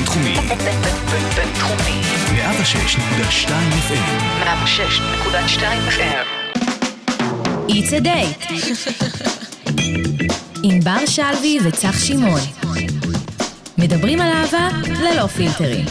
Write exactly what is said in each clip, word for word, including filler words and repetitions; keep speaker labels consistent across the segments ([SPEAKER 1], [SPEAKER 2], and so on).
[SPEAKER 1] בינתחומי.
[SPEAKER 2] בינתחומי.
[SPEAKER 1] מאה ושש נקודה שתיים אף אם.
[SPEAKER 2] מאה ושש נקודה שתיים אף אם.
[SPEAKER 3] It's a date. עם בר שלוי וצח שמעון. מדברים על אהבה ללא פילטרים.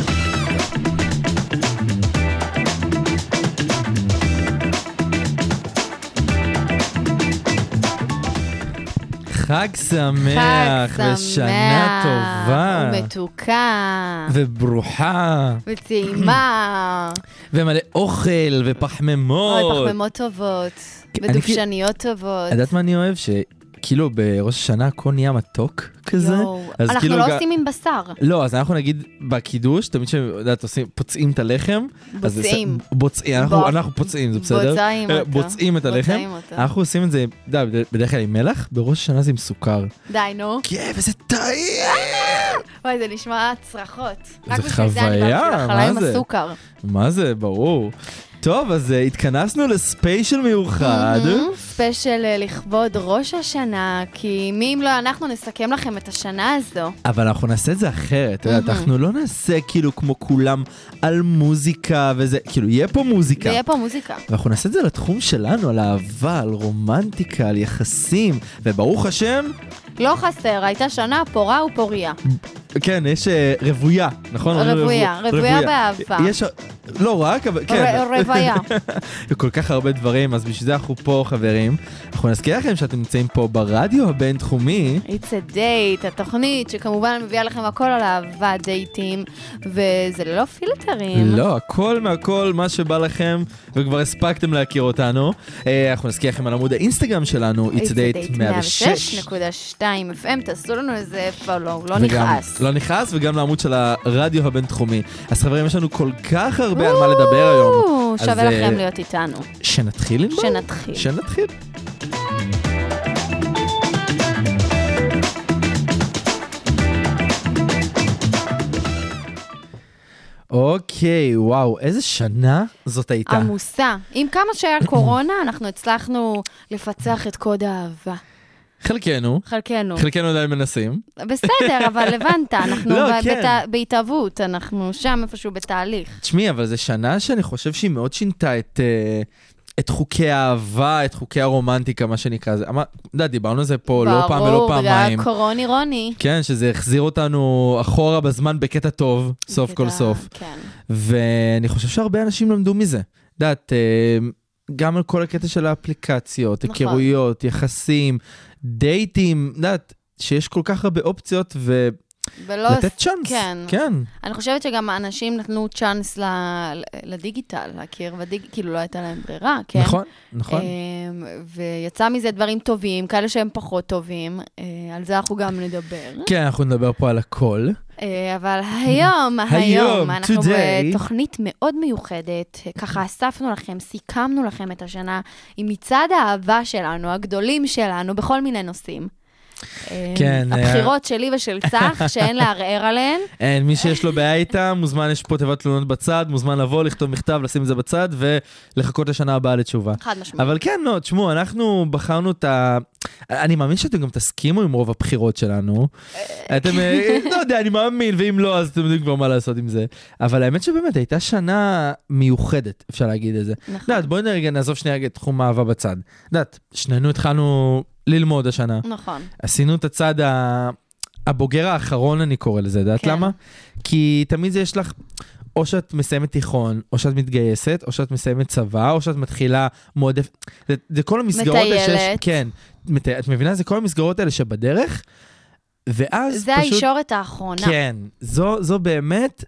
[SPEAKER 4] חג שמח ושנה טובה
[SPEAKER 5] ומתוקה
[SPEAKER 4] וברוכה
[SPEAKER 5] וטעימה
[SPEAKER 4] ומלא אוכל ופחמימות.
[SPEAKER 5] אוי, פחמימות טובות ודובשניות טובות.
[SPEAKER 4] יודעת מה אני אוהב? שכאילו בראש השנה הכל נהיה מתוק כזה.
[SPEAKER 5] אנחנו
[SPEAKER 4] כאילו
[SPEAKER 5] לא
[SPEAKER 4] גם...
[SPEAKER 5] עושים עם בשר.
[SPEAKER 4] לא, אז אנחנו נגיד בקידוש, תמיד שיודעת עושים, פוצעים את הלחם.
[SPEAKER 5] בוצעים.
[SPEAKER 4] בוצעים, אנחנו,
[SPEAKER 5] ב...
[SPEAKER 4] אנחנו פוצעים, זה בסדר?
[SPEAKER 5] בוצעים אותו.
[SPEAKER 4] בוצעים את הלחם.
[SPEAKER 5] אותו.
[SPEAKER 4] אנחנו עושים את זה, די, בדרך כלל עם מלח, בראש השנה זה עם סוכר.
[SPEAKER 5] די, נו.
[SPEAKER 4] כן, וזה טעים!
[SPEAKER 5] וואי, זה נשמע צרחות.
[SPEAKER 4] זה חוויה, מה זה? מה זה, ברור. טוב, אז התכנסנו לספיישל מיוחד.
[SPEAKER 5] ספיישל לכבוד ראש השנה, כי מי אם לא אנחנו נסכם לכם את השנה הזו.
[SPEAKER 4] אבל אנחנו נעשה את זה אחרת, אנחנו לא נעשה כאילו כמו כולם על מוזיקה וזה, כאילו יהיה פה מוזיקה.
[SPEAKER 5] ויהיה פה מוזיקה.
[SPEAKER 4] ואנחנו נעשה את זה לתחום שלנו, על אהבה, על רומנטיקה, על יחסים, וברוך השם...
[SPEAKER 5] לא חסר, הייתה שנה פורה ופוריה.
[SPEAKER 4] כן, יש רבויה, נכון?
[SPEAKER 5] רבויה, רבויה באהבה.
[SPEAKER 4] יש, לא רק, אבל כן.
[SPEAKER 5] רביה.
[SPEAKER 4] כל כך הרבה דברים, אז בשביל זה אנחנו פה חברים. אנחנו נזכיר לכם שאתם נמצאים פה ברדיו הבינתחומי.
[SPEAKER 5] It's a date, התוכנית שכמובן מביאה לכם הכל על אהבה, דייטים, וזה לא פילטרים.
[SPEAKER 4] לא, הכל מהכל, מה שבא לכם, וכבר הספקתם להכיר אותנו. אנחנו נזכיר לכם על עמוד האינסטגרם שלנו, It's a date מאה ושש
[SPEAKER 5] נקודה שתיים אף אם, תעשו לנו איזה פולו, לא נכעס.
[SPEAKER 4] לא נכעס, וגם לעמוד של הרדיו הבינתחומי. אז חברים, יש לנו כל כך הרבה על מה לדבר היום.
[SPEAKER 5] שווה לכם להיות איתנו.
[SPEAKER 4] שנתחיל עם מה?
[SPEAKER 5] שנתחיל.
[SPEAKER 4] שנתחיל. אוקיי, וואו, איזה שנה זאת הייתה.
[SPEAKER 5] עמוסה. עם כמה שהיה קורונה, אנחנו הצלחנו לפצח את קוד האהבה.
[SPEAKER 4] חלקנו.
[SPEAKER 5] חלקנו.
[SPEAKER 4] חלקנו עדיין מנסים.
[SPEAKER 5] בסדר, אבל הבנת, אנחנו בהתאהבות, אנחנו שם איפשהו בתהליך.
[SPEAKER 4] תשמעי, אבל זו שנה שאני חושב שהיא מאוד שינתה את... את חוקי האהבה, את חוקי הרומנטיקה, מה שנקרא. זה, דיברנו על זה פה לא פעם ולא פעמיים.
[SPEAKER 5] ברור, קורון אירוני.
[SPEAKER 4] כן, שזה החזיר אותנו אחורה בזמן בקטע טוב, סוף כל סוף.
[SPEAKER 5] כן.
[SPEAKER 4] ואני חושב שהרבה אנשים למדו מזה. דעת, גם על כל הקטע של האפליקציות, היכרויות, יחסים, דייטים, דעת, שיש כל כך הרבה אופציות ו... לתת צ'אנס.
[SPEAKER 5] כן.
[SPEAKER 4] כן.
[SPEAKER 5] אני חושבת שגם האנשים נתנו צ'אנס לדיגיטל, להכיר בדיג... כאילו לא הייתה להם ברירה, כן?
[SPEAKER 4] נכון, נכון.
[SPEAKER 5] ויצא מזה דברים טובים, כאלה שהם פחות טובים, על זה אנחנו גם נדבר.
[SPEAKER 4] כן, אנחנו נדבר פה על הכל.
[SPEAKER 5] אבל היום, היום, אנחנו בתוכנית מאוד מיוחדת, ככה אספנו לכם, סיכמנו לכם את השנה עם מצעד האהבה שלנו, הגדולים שלנו, בכל מיני נושאים.
[SPEAKER 4] כן,
[SPEAKER 5] הבחירות שלי ושל צח, שאין לערער עליהן.
[SPEAKER 4] אין, מי שיש לו בעיה איתם, מוזמן, יש פה תיבת תלונות בצד, מוזמן לבוא, לכתוב מכתב, לשים את זה בצד, ולחכות לשנה הבאה לתשובה.
[SPEAKER 5] חד משמעית.
[SPEAKER 4] אבל כן, לא, תשמעו, אנחנו בחרנו את ה... אני מאמין שאתם גם תסכימו עם רוב הבחירות שלנו. אתם, לא יודע, אני מאמין, ואם לא, אז אתם יודעים כבר מה לעשות עם זה. אבל האמת שבאמת, הייתה שנה מיוחדת, אפשר להגיד את זה. נכון. בואי נרגע, נעזוב שנייה את תחום האהבה בצד. יודעת, שנינו התחלנו ללמוד השנה.
[SPEAKER 5] נכון.
[SPEAKER 4] עשינו את הצד הבוגר האחרון, אני קורא לזה, יודעת למה? כי תמיד זה יש לך, או שאת מסיימת תיכון, או שאת מתגייסת, או שאת מסיימת צבא, או שאת מתחילה מועדף, זה כל המסגרות האלה שיש, כן, את מבינה? זה כל המסגרות האלה שבדרך, ואז
[SPEAKER 5] זה פשוט... זה הישורת האחרונה.
[SPEAKER 4] כן, זו, זו באמת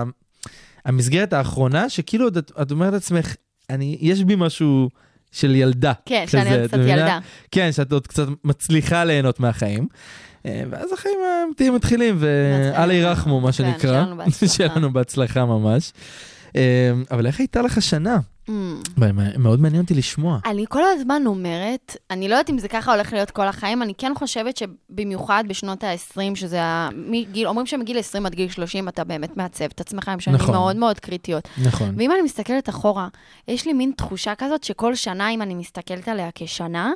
[SPEAKER 4] המסגרת האחרונה, שכאילו את אומרת לעצמך, אני, יש בי משהו... של ילדה.
[SPEAKER 5] כן, שאני עוד קצת ילדה.
[SPEAKER 4] כן, שאת עוד קצת מצליחה ליהנות מהחיים. ואז החיים האמיתיים מתחילים, ועלי ירחמו, מה שנקרא. שיהיה לנו בהצלחה ממש. אבל איך הייתה לך שנה? מאוד מעניין אותי לשמוע.
[SPEAKER 5] אני כל הזמן אומרת, אני לא יודעת אם זה ככה הולך להיות כל החיים, אני כן חושבת שבמיוחד בשנות ה-עשרים, שזה מגיל, אומרים שמגיל עשרים עד גיל שלושים, אתה באמת מעצב את עצמך, עם שנים מאוד מאוד קריטיות.
[SPEAKER 4] נכון.
[SPEAKER 5] ואם אני מסתכלת אחורה, יש לי מין תחושה כזאת שכל שנה, אם אני מסתכלת עליה כשנה,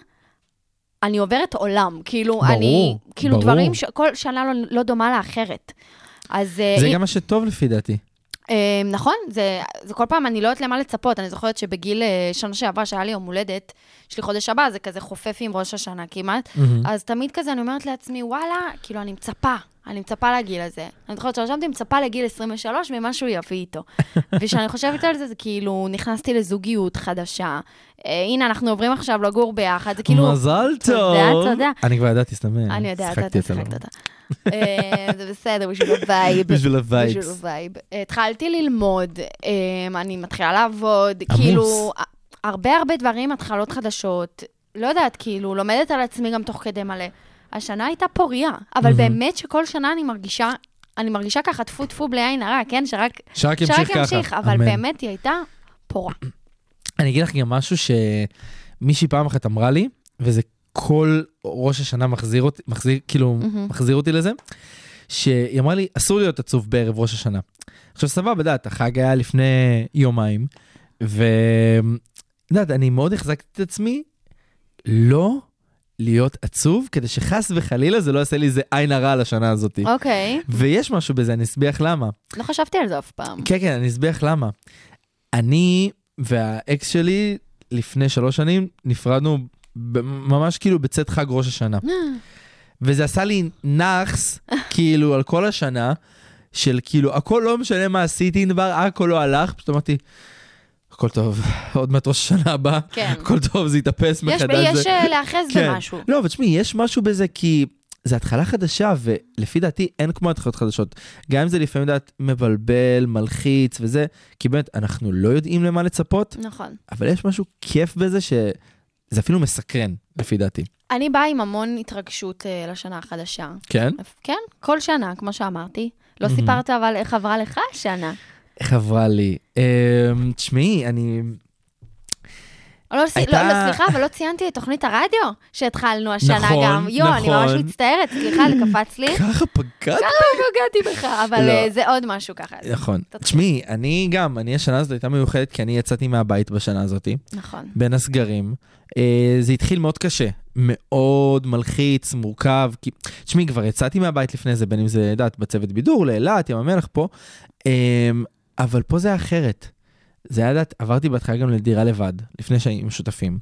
[SPEAKER 5] אני עוברת עולם, כאילו,
[SPEAKER 4] ברור,
[SPEAKER 5] אני, כאילו
[SPEAKER 4] ברור.
[SPEAKER 5] דברים שכל שנה לא, לא דומה לאחרת. אז...
[SPEAKER 4] זה גם מה שטוב לפי דעתי.
[SPEAKER 5] נכון, זה, זה כל פעם, אני לא יודעת למה לצפות, אני זוכרת שבגיל שנה שעברה, שהיה לי יום הולדת, יש לי חודש הבא, זה כזה חופף עם ראש השנה כמעט, אז תמיד כזה אני אומרת לעצמי, וואלה, כאילו אני מצפה, אני מצפה לגיל הזה. אני זוכרת שרשמתי מצפה לגיל עשרים ושלוש, ומשהו יביא איתו. ושאני חושבת על זה, זה כאילו, נכנסתי לזוגיות חדשה, הנה, אנחנו עוברים עכשיו לגור ביחד, זה כאילו...
[SPEAKER 4] מזל טוב.
[SPEAKER 5] תודה, תודה.
[SPEAKER 4] אני כבר ידעתי, סתמן.
[SPEAKER 5] אני יודעת, אתה שחקת אותה. זה בסדר, בשביל הווייב.
[SPEAKER 4] בשביל הווייב.
[SPEAKER 5] בשביל הווייב. התחלתי ללמוד, אני מתחילה לעבוד, כאילו, הרבה הרבה דברים, התחלות חדשות, לא יודעת, כאילו, לומדת על עצמי גם תוך כדי מלא. השנה הייתה פוריה, אבל באמת שכל שנה אני מרגישה, אני מרגישה ככה טפו טפו בלי עין הרע, כן? שרק
[SPEAKER 4] שרק ימשיך ככה.
[SPEAKER 5] אבל באמת היא הייתה פורה.
[SPEAKER 4] אני אגיד לך גם משהו שמישהי פעם אחת אמרה לי, וזה כל ראש השנה מחזיר אותי, מחזיר, כאילו, מחזיר אותי לזה, שהיא אמרה לי, אסור להיות עצוב בערב ראש השנה. עכשיו סבבה, דעת, החג היה לפני יומיים, ודעת, אני מאוד החזקתי את עצמי, לא להיות עצוב, כדי שחס וחלילה זה לא יעשה לי איזה עין הרע על השנה הזאת.
[SPEAKER 5] אוקיי.
[SPEAKER 4] ויש משהו בזה, אני אסביח למה.
[SPEAKER 5] לא חשבתי על זה אף פעם.
[SPEAKER 4] כן, כן, אני אסביח למה. אני והאקס שלי, לפני שלוש שנים, נפרדנו ממש כאילו בצאת חג ראש השנה. וזה עשה לי נחס, כאילו, על כל השנה, של כאילו, הכל לא משנה מה עשיתי, דבר, הכל לא הלך, פשוט אמרתי, הכל טוב, עוד מעט ראש השנה הבא, הכל טוב, זה יתאפס מחדש.
[SPEAKER 5] יש לאחז במשהו.
[SPEAKER 4] לא, אבל תשמעי, יש משהו בזה, כי זה התחלה חדשה, ולפי דעתי אין כמו התחלות חדשות. גם אם זה לפעמים דעת מבלבל, מלחיץ וזה, כי באמת אנחנו לא יודעים למה לצפות,
[SPEAKER 5] נכון.
[SPEAKER 4] אבל יש משהו כיף בזה שזה אפילו מסקרן, לפי דעתי.
[SPEAKER 5] אני באה עם המון התרגשות לשנה החדשה.
[SPEAKER 4] כן? כן,
[SPEAKER 5] כל שנה, כמו שאמרתי. לא סיפרת אבל איך עברה לך השנה.
[SPEAKER 4] איך עברה לי? תשמעי, אני...
[SPEAKER 5] לא, סליחה, אבל לא ציינתי את תוכנית הרדיו שהתחלנו השנה גם. יו, אני ממש מצטערת, סליחה, לקפץ לי.
[SPEAKER 4] ככה פגעתי.
[SPEAKER 5] ככה פגעתי בך, אבל זה עוד משהו ככה.
[SPEAKER 4] נכון. תשמעי, אני גם, אני השנה הזאת הייתה מיוחדת, כי אני יצאתי מהבית בשנה הזאת.
[SPEAKER 5] נכון.
[SPEAKER 4] בין הסגרים. זה התחיל מאוד קשה, מאוד מלחיץ, מורכב. תשמעי, כבר יצאתי מהבית לפני זה, בין אם זה, יודעת, בצוות בידור, לאילת, ים המלח פה. אבל פה זה אחרת. זה היה דעת, עברתי בהתחלה גם לדירה לבד, לפני שהיינו שותפים.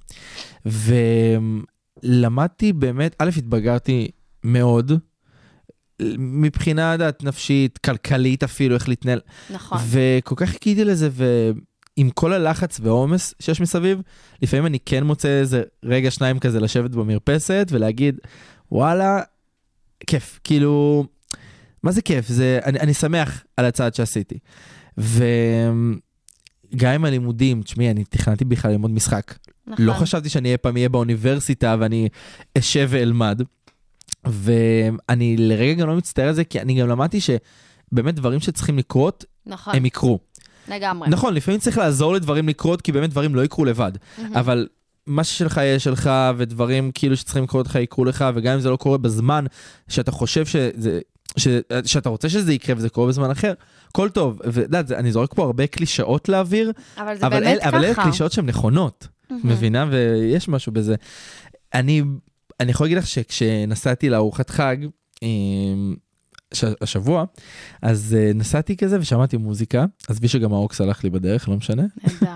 [SPEAKER 4] ולמדתי באמת, א', התבגרתי מאוד, מבחינה דעת נפשית, כלכלית אפילו, איך להתנהל.
[SPEAKER 5] נכון.
[SPEAKER 4] וכל כך חיכיתי לזה, ועם כל הלחץ והעומס שיש מסביב, לפעמים אני כן מוצא איזה רגע שניים כזה לשבת במרפסת, ולהגיד, וואלה, כיף. כאילו, מה זה כיף? זה, אני, אני שמח על הצעד שעשיתי. ו... גם עם הלימודים, תשמעי, אני תכננתי בכלל ללמוד משחק. נכון. לא חשבתי שאני אהיה פעם יהיה באוניברסיטה, ואני אשב ואלמד. ואני לרגע גם לא מצטער על זה, כי אני גם למדתי שבאמת דברים שצריכים לקרות, נכון. הם יקרו.
[SPEAKER 5] לגמרי.
[SPEAKER 4] נכון, לפעמים צריך לעזור לדברים לקרות, כי באמת דברים לא יקרו לבד. Mm-hmm. אבל מה ששלך יהיה שלך, ודברים כאילו שצריכים לקרות לך יקרו לך, וגם אם זה לא קורה בזמן שאתה חושב שזה... ש... שאתה רוצה שזה יקרה וזה קורה בזמן אחר, כל טוב, ודעת, אני זורק פה הרבה קלישאות לאוויר,
[SPEAKER 5] אבל זה
[SPEAKER 4] אבל
[SPEAKER 5] באמת
[SPEAKER 4] אל,
[SPEAKER 5] ככה.
[SPEAKER 4] אבל אלה קלישאות שהן נכונות, mm-hmm. מבינה? ויש משהו בזה. אני, אני יכול להגיד לך שכשנסעתי לארוחת חג, ש... השבוע, אז נסעתי כזה ושמעתי מוזיקה, אז בי שגם האוקס הלך לי בדרך, לא משנה.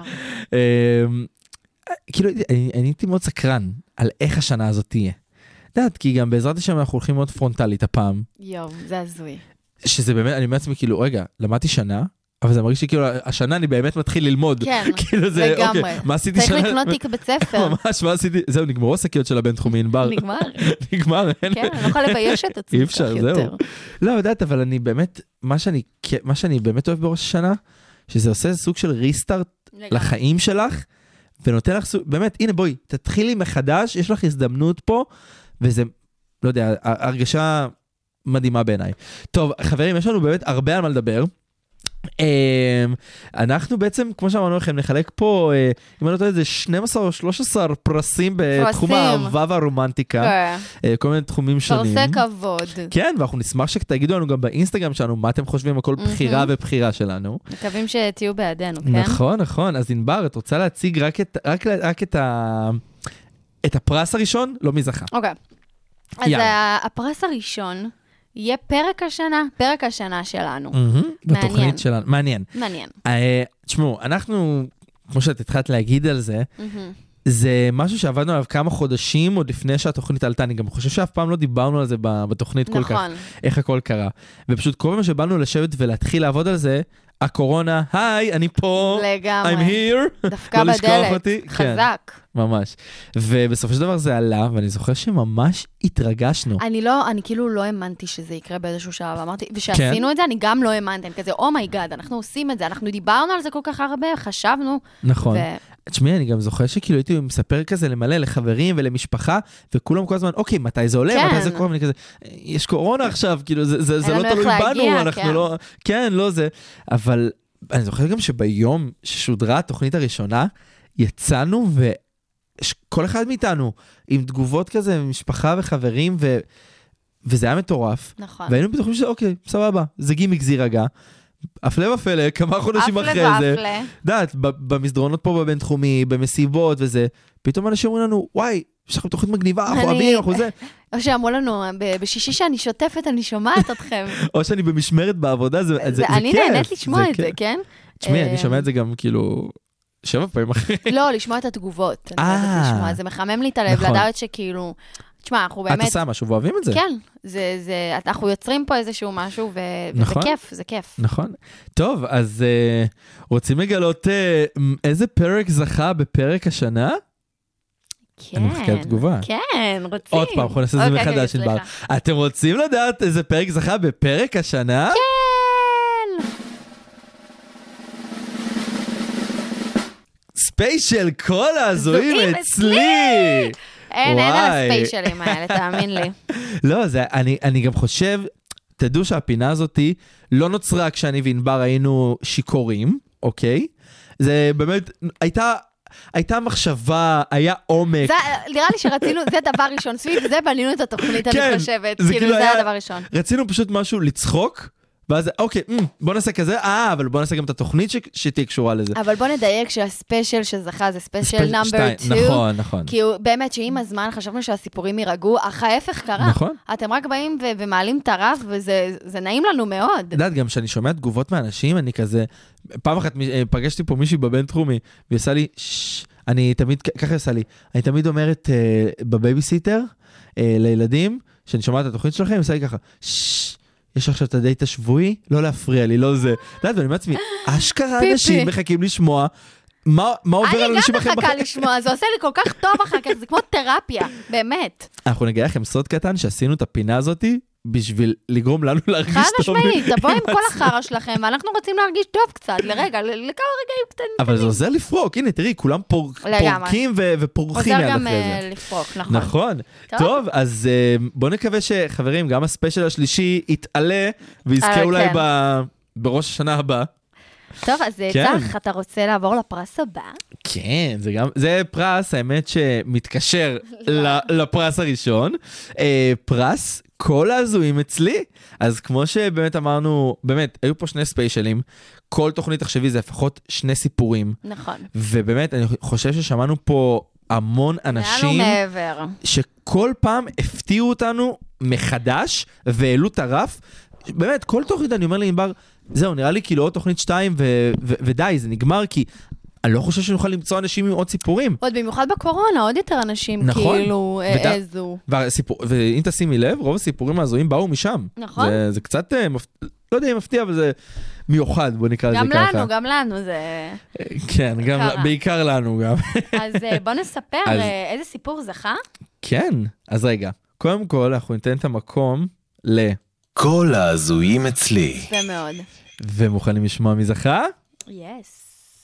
[SPEAKER 4] כאילו, אני, אני הייתי מאוד סקרן על איך השנה הזאת תהיה. יודעת, כי גם בעזרת השם אנחנו הולכים מאוד פרונטלית הפעם.
[SPEAKER 5] יום, זה הזוי.
[SPEAKER 4] שזה באמת, אני מעצמי כאילו, רגע, למדתי שנה, אבל זה מרגיש שכאילו, השנה אני באמת מתחיל ללמוד.
[SPEAKER 5] כן,
[SPEAKER 4] כאילו זה,
[SPEAKER 5] לגמרי.
[SPEAKER 4] אוקיי, מה עשיתי שנה?
[SPEAKER 5] צריך לקנות תיק בית ספר.
[SPEAKER 4] ממש, מה עשיתי? זהו, נגמרו השקיות של הבן תחומי ענבר.
[SPEAKER 5] נגמר.
[SPEAKER 4] נגמר, אין.
[SPEAKER 5] כן, אני לא יכולה לבייש את עצמי.
[SPEAKER 4] אי אפשר, זהו. לא, יודעת, אבל אני באמת, מה שאני, מה שאני באמת אוהב בראש השנה, שזה עושה סוג של ריסטארט לחיים שלך, ונותן לך סוג, באמת, הנה בואי, תתחילי מחדש, יש לך הזדמנות פה, וזה, לא יודע, הרגשה מדהימה בעיניי. טוב, חברים, יש לנו באמת הרבה על מה לדבר. אנחנו בעצם, כמו שאמרנו לכם, נחלק פה, אם אני לא טועה, זה שנים עשר או שלוש עשרה פרסים בתחום האהבה והרומנטיקה. כל מיני תחומים שונים.
[SPEAKER 5] פרסי כבוד.
[SPEAKER 4] כן, ואנחנו נשמח שתגידו לנו גם באינסטגרם שלנו, מה אתם חושבים על כל בחירה ובחירה שלנו.
[SPEAKER 5] מקווים שתהיו בעדינו, כן?
[SPEAKER 4] נכון, נכון. אז ענבר, את רוצה להציג רק את הפרס הראשון? לא מי זכה.
[SPEAKER 5] אוקיי. אז הפרס הראשון יהיה פרק השנה, פרק השנה שלנו.
[SPEAKER 4] בתוכנית שלנו, מעניין.
[SPEAKER 5] מעניין.
[SPEAKER 4] תשמעו, אנחנו, כמו שאת התחלת להגיד על זה, זה משהו שעבדנו עליו כמה חודשים עוד לפני שהתוכנית עלתה. אני גם חושב שאף פעם לא דיברנו על זה בתוכנית כל כך. איך הכל קרה. ופשוט כל פעם שבאנו לשבת ולהתחיל לעבוד על זה, הקורונה, היי, אני פה,
[SPEAKER 5] לגמרי.
[SPEAKER 4] I'm here.
[SPEAKER 5] דווקא
[SPEAKER 4] לא לשכוח
[SPEAKER 5] בדלת,
[SPEAKER 4] אותי.
[SPEAKER 5] חזק.
[SPEAKER 4] כן, ממש. ובסופו של דבר זה עלה, ואני זוכר שממש התרגשנו.
[SPEAKER 5] אני לא, אני כאילו לא האמנתי שזה יקרה באיזשהו שלב. אמרתי, ושעשינו את זה, אני גם לא האמנתי. כזה, אומייגאד, אנחנו עושים את זה, אנחנו דיברנו על זה כל כך הרבה, חשבנו.
[SPEAKER 4] נכון. תשמעי, אני גם זוכר שכאילו הייתי מספר כזה למלא לחברים ולמשפחה, וכולם כל הזמן, אוקיי, מתי זה עולה, מתי זה קורה, ואני כזה, יש קורונה עכשיו, כאילו, זה לא תלוי בנו, אנחנו לא, כן, לא זה. אבל אני זוכר גם שביום ששודרה התוכנית הראשונה, יצאנו וכל אחד מאיתנו, עם תגובות כזה, משפחה וחברים, וזה היה מטורף.
[SPEAKER 5] נכון.
[SPEAKER 4] והיינו בטוחים שזה, אוקיי, סבבה, זה גימיק זירגע. אפלה ופלה, כמה חודשים אחרי זה.
[SPEAKER 5] אפלה.
[SPEAKER 4] דעת, במסדרונות פה בבינתחומי, במסיבות וזה, פתאום אנשים אומרים לנו, וואי, יש לכם תוכנית מגניבה, אנחנו אוהבים, אנחנו זה.
[SPEAKER 5] או שאמרו לנו, בשישי שאני שוטפת, אני שומעת אתכם.
[SPEAKER 4] או שאני במשמרת בעבודה, זה כיף.
[SPEAKER 5] אני נהנית לשמוע את זה, כן?
[SPEAKER 4] תשמעי, אני שומע את זה גם כאילו, שבע פעמים אחרי.
[SPEAKER 5] לא, לשמוע את התגובות. זה מחמם לי את הלב, לדעת שכאילו, תשמע, אנחנו באמת...
[SPEAKER 4] את עושה משהו, ואוהבים את זה.
[SPEAKER 5] כן, זה, זה, אנחנו יוצרים פה איזשהו משהו, ו...
[SPEAKER 4] נכון,
[SPEAKER 5] וזה כיף, זה כיף.
[SPEAKER 4] נכון. טוב, אז uh, רוצים לגלות uh, איזה פרק זכה בפרק השנה?
[SPEAKER 5] כן.
[SPEAKER 4] אני מחכה לתגובה.
[SPEAKER 5] כן, רוצים.
[SPEAKER 4] עוד פעם, אנחנו נעשה את זה מחדש של בר. אתם רוצים לדעת איזה פרק זכה בפרק השנה?
[SPEAKER 5] כן!
[SPEAKER 4] ספיישל כל הזויים אצלי!
[SPEAKER 5] אין, אין על הספיישלים האלה, תאמין לי.
[SPEAKER 4] לא, זה, אני, אני גם חושב, תדעו שהפינה הזאת לא נוצרה כשאני וענבר היינו שיכורים, אוקיי? זה באמת, הייתה, הייתה מחשבה, היה עומק.
[SPEAKER 5] זה, נראה לי שרצינו, זה דבר ראשון, סביב זה בנינו את התוכנית,
[SPEAKER 4] כן,
[SPEAKER 5] אני חושבת,
[SPEAKER 4] זה
[SPEAKER 5] כאילו,
[SPEAKER 4] כאילו
[SPEAKER 5] זה
[SPEAKER 4] היה,
[SPEAKER 5] הדבר ראשון.
[SPEAKER 4] רצינו פשוט משהו לצחוק, ואז, אוקיי, בוא נעשה כזה, אה, אבל בוא נעשה גם את התוכנית שתהיה קשורה לזה.
[SPEAKER 5] אבל בוא נדייק שהספיישל שזכה זה ספיישל נאמבר טו.
[SPEAKER 4] נכון, נכון.
[SPEAKER 5] כי באמת שעם הזמן חשבנו שהסיפורים יירגעו, אך ההפך קרה.
[SPEAKER 4] נכון.
[SPEAKER 5] אתם רק באים ו- ומעלים את הרף, וזה נעים לנו מאוד.
[SPEAKER 4] יודעת, גם שאני שומע תגובות מאנשים, אני כזה, פעם אחת פגשתי פה מישהי בבינתחומי, והיא עושה לי, אני תמיד, ככה עושה לי, אני תמיד אומרת בבייביסיטר, לילדים, שאני שומעת את התוכנית שלכם, היא עושה לי ככה, ששש, יש עכשיו את הדייט השבועי, לא להפריע לי, לא זה. יודעת, ואני מעצמי, אשכרה אנשים מחכים לשמוע, מה עובר על אנשים אחרים?
[SPEAKER 5] אני גם מחכה לשמוע, זה עושה לי כל כך טוב אחר כך, זה כמו תרפיה, באמת.
[SPEAKER 4] אנחנו נגיע לכם סוד קטן, שעשינו את הפינה הזאת, בשביל לגרום לנו להרגיש טוב.
[SPEAKER 5] חד משמעית, תבוא עם כל החרא שלכם, ואנחנו רוצים להרגיש טוב קצת, לרגע, לכמה רגעים קטנים.
[SPEAKER 4] אבל זה עוזר לפרוק, הנה, תראי, כולם פורקים ופורחים יד אחרי זה.
[SPEAKER 5] עוזר גם לפרוק, נכון.
[SPEAKER 4] נכון. טוב, אז בואו נקווה שחברים, גם הספיישל השלישי יתעלה, ויזכה אולי בראש השנה הבאה.
[SPEAKER 5] טוב, אז צח, אתה רוצה לעבור לפרס הבא?
[SPEAKER 4] כן, זה גם, זה פרס, האמת שמתקשר לפרס הראשון. פרס כל ההזויים אצלי. אז כמו שבאמת אמרנו, באמת, היו פה שני ספיישלים, כל תוכנית תחשבי זה לפחות שני סיפורים.
[SPEAKER 5] נכון.
[SPEAKER 4] ובאמת, אני חושב ששמענו פה המון אנשים, שכל פעם הפתיעו אותנו מחדש, והעלו את הרף. באמת, כל תוכנית אני אומר לענבר, זהו, נראה לי כאילו עוד תוכנית שתיים, ו- ו- ודי, זה נגמר, כי אני לא חושב שנוכל למצוא אנשים עם עוד סיפורים.
[SPEAKER 5] עוד במיוחד בקורונה, עוד יותר אנשים
[SPEAKER 4] נכון.
[SPEAKER 5] כאילו העזו.
[SPEAKER 4] והסיפור, ואם תשימי לב, רוב הסיפורים הזויים באו משם.
[SPEAKER 5] נכון.
[SPEAKER 4] זה, זה קצת, לא יודע אם מפתיע, אבל זה מיוחד, בוא נקרא לזה ככה.
[SPEAKER 5] גם לנו, גם לנו זה...
[SPEAKER 4] כן, גם, בעיקר לנו גם.
[SPEAKER 5] אז בוא נספר אז... איזה סיפור זכה.
[SPEAKER 4] כן, אז רגע, קודם כל אנחנו ניתן את המקום ל...
[SPEAKER 1] כל ההזויים אצלי.
[SPEAKER 5] זה מאוד.
[SPEAKER 4] ומוכנים לשמוע מי זכה?
[SPEAKER 5] יס.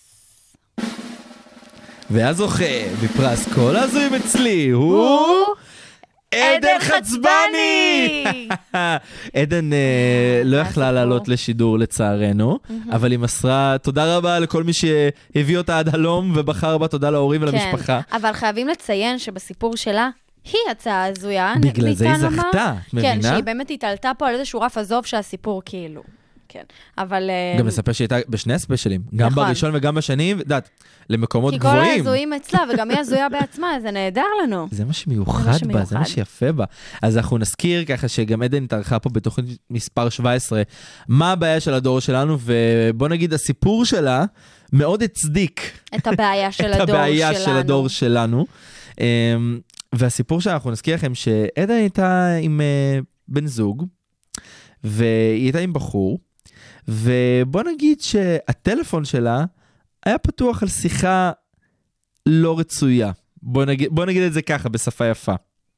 [SPEAKER 4] והזוכה בפרס כל ההזויים אצלי הוא... עדן חצבני! עדן לא יכלה לעלות לשידור לצערנו, אבל היא מסרה, תודה רבה לכל מי שהביא אותה עד הלום ובחר בה, תודה להורים ולמשפחה.
[SPEAKER 5] אבל חייבים לציין שבסיפור שלה, היא הצעה הזויה.
[SPEAKER 4] בגלל זה היא זכתה, את מבינה?
[SPEAKER 5] כן, שהיא באמת התעלתה פה על איזשהו רף עזוב שהסיפור כאילו. כן. אבל...
[SPEAKER 4] גם נספר שהיא הייתה בשני הספיישלים, גם
[SPEAKER 5] נכון.
[SPEAKER 4] בראשון וגם בשני, ודעת, למקומות
[SPEAKER 5] כי כל
[SPEAKER 4] גבוהים.
[SPEAKER 5] הזויים אצלה, וגם היא הזויה בעצמה, זה נהדר לנו.
[SPEAKER 4] זה מה שמיוחד בה, זה מה שיפה בה. אז אנחנו נזכיר ככה שגם עדן התארחה פה בתוכנית מספר שבע עשרה, מה הבעיה של הדור שלנו, ובוא נגיד הסיפור שלה מאוד הצדיק.
[SPEAKER 5] את הבעיה של הדור שלנו.
[SPEAKER 4] את הבעיה של הדור שלנו. והסיפור שאנחנו נזכיר לכם שעדן הייתה עם בן זוג, והיא הייתה עם בחור, ובוא נגיד שהטלפון שלה היה פתוח על שיחה לא רצויה. בוא נגיד, בוא נגיד את זה ככה, בשפה יפה.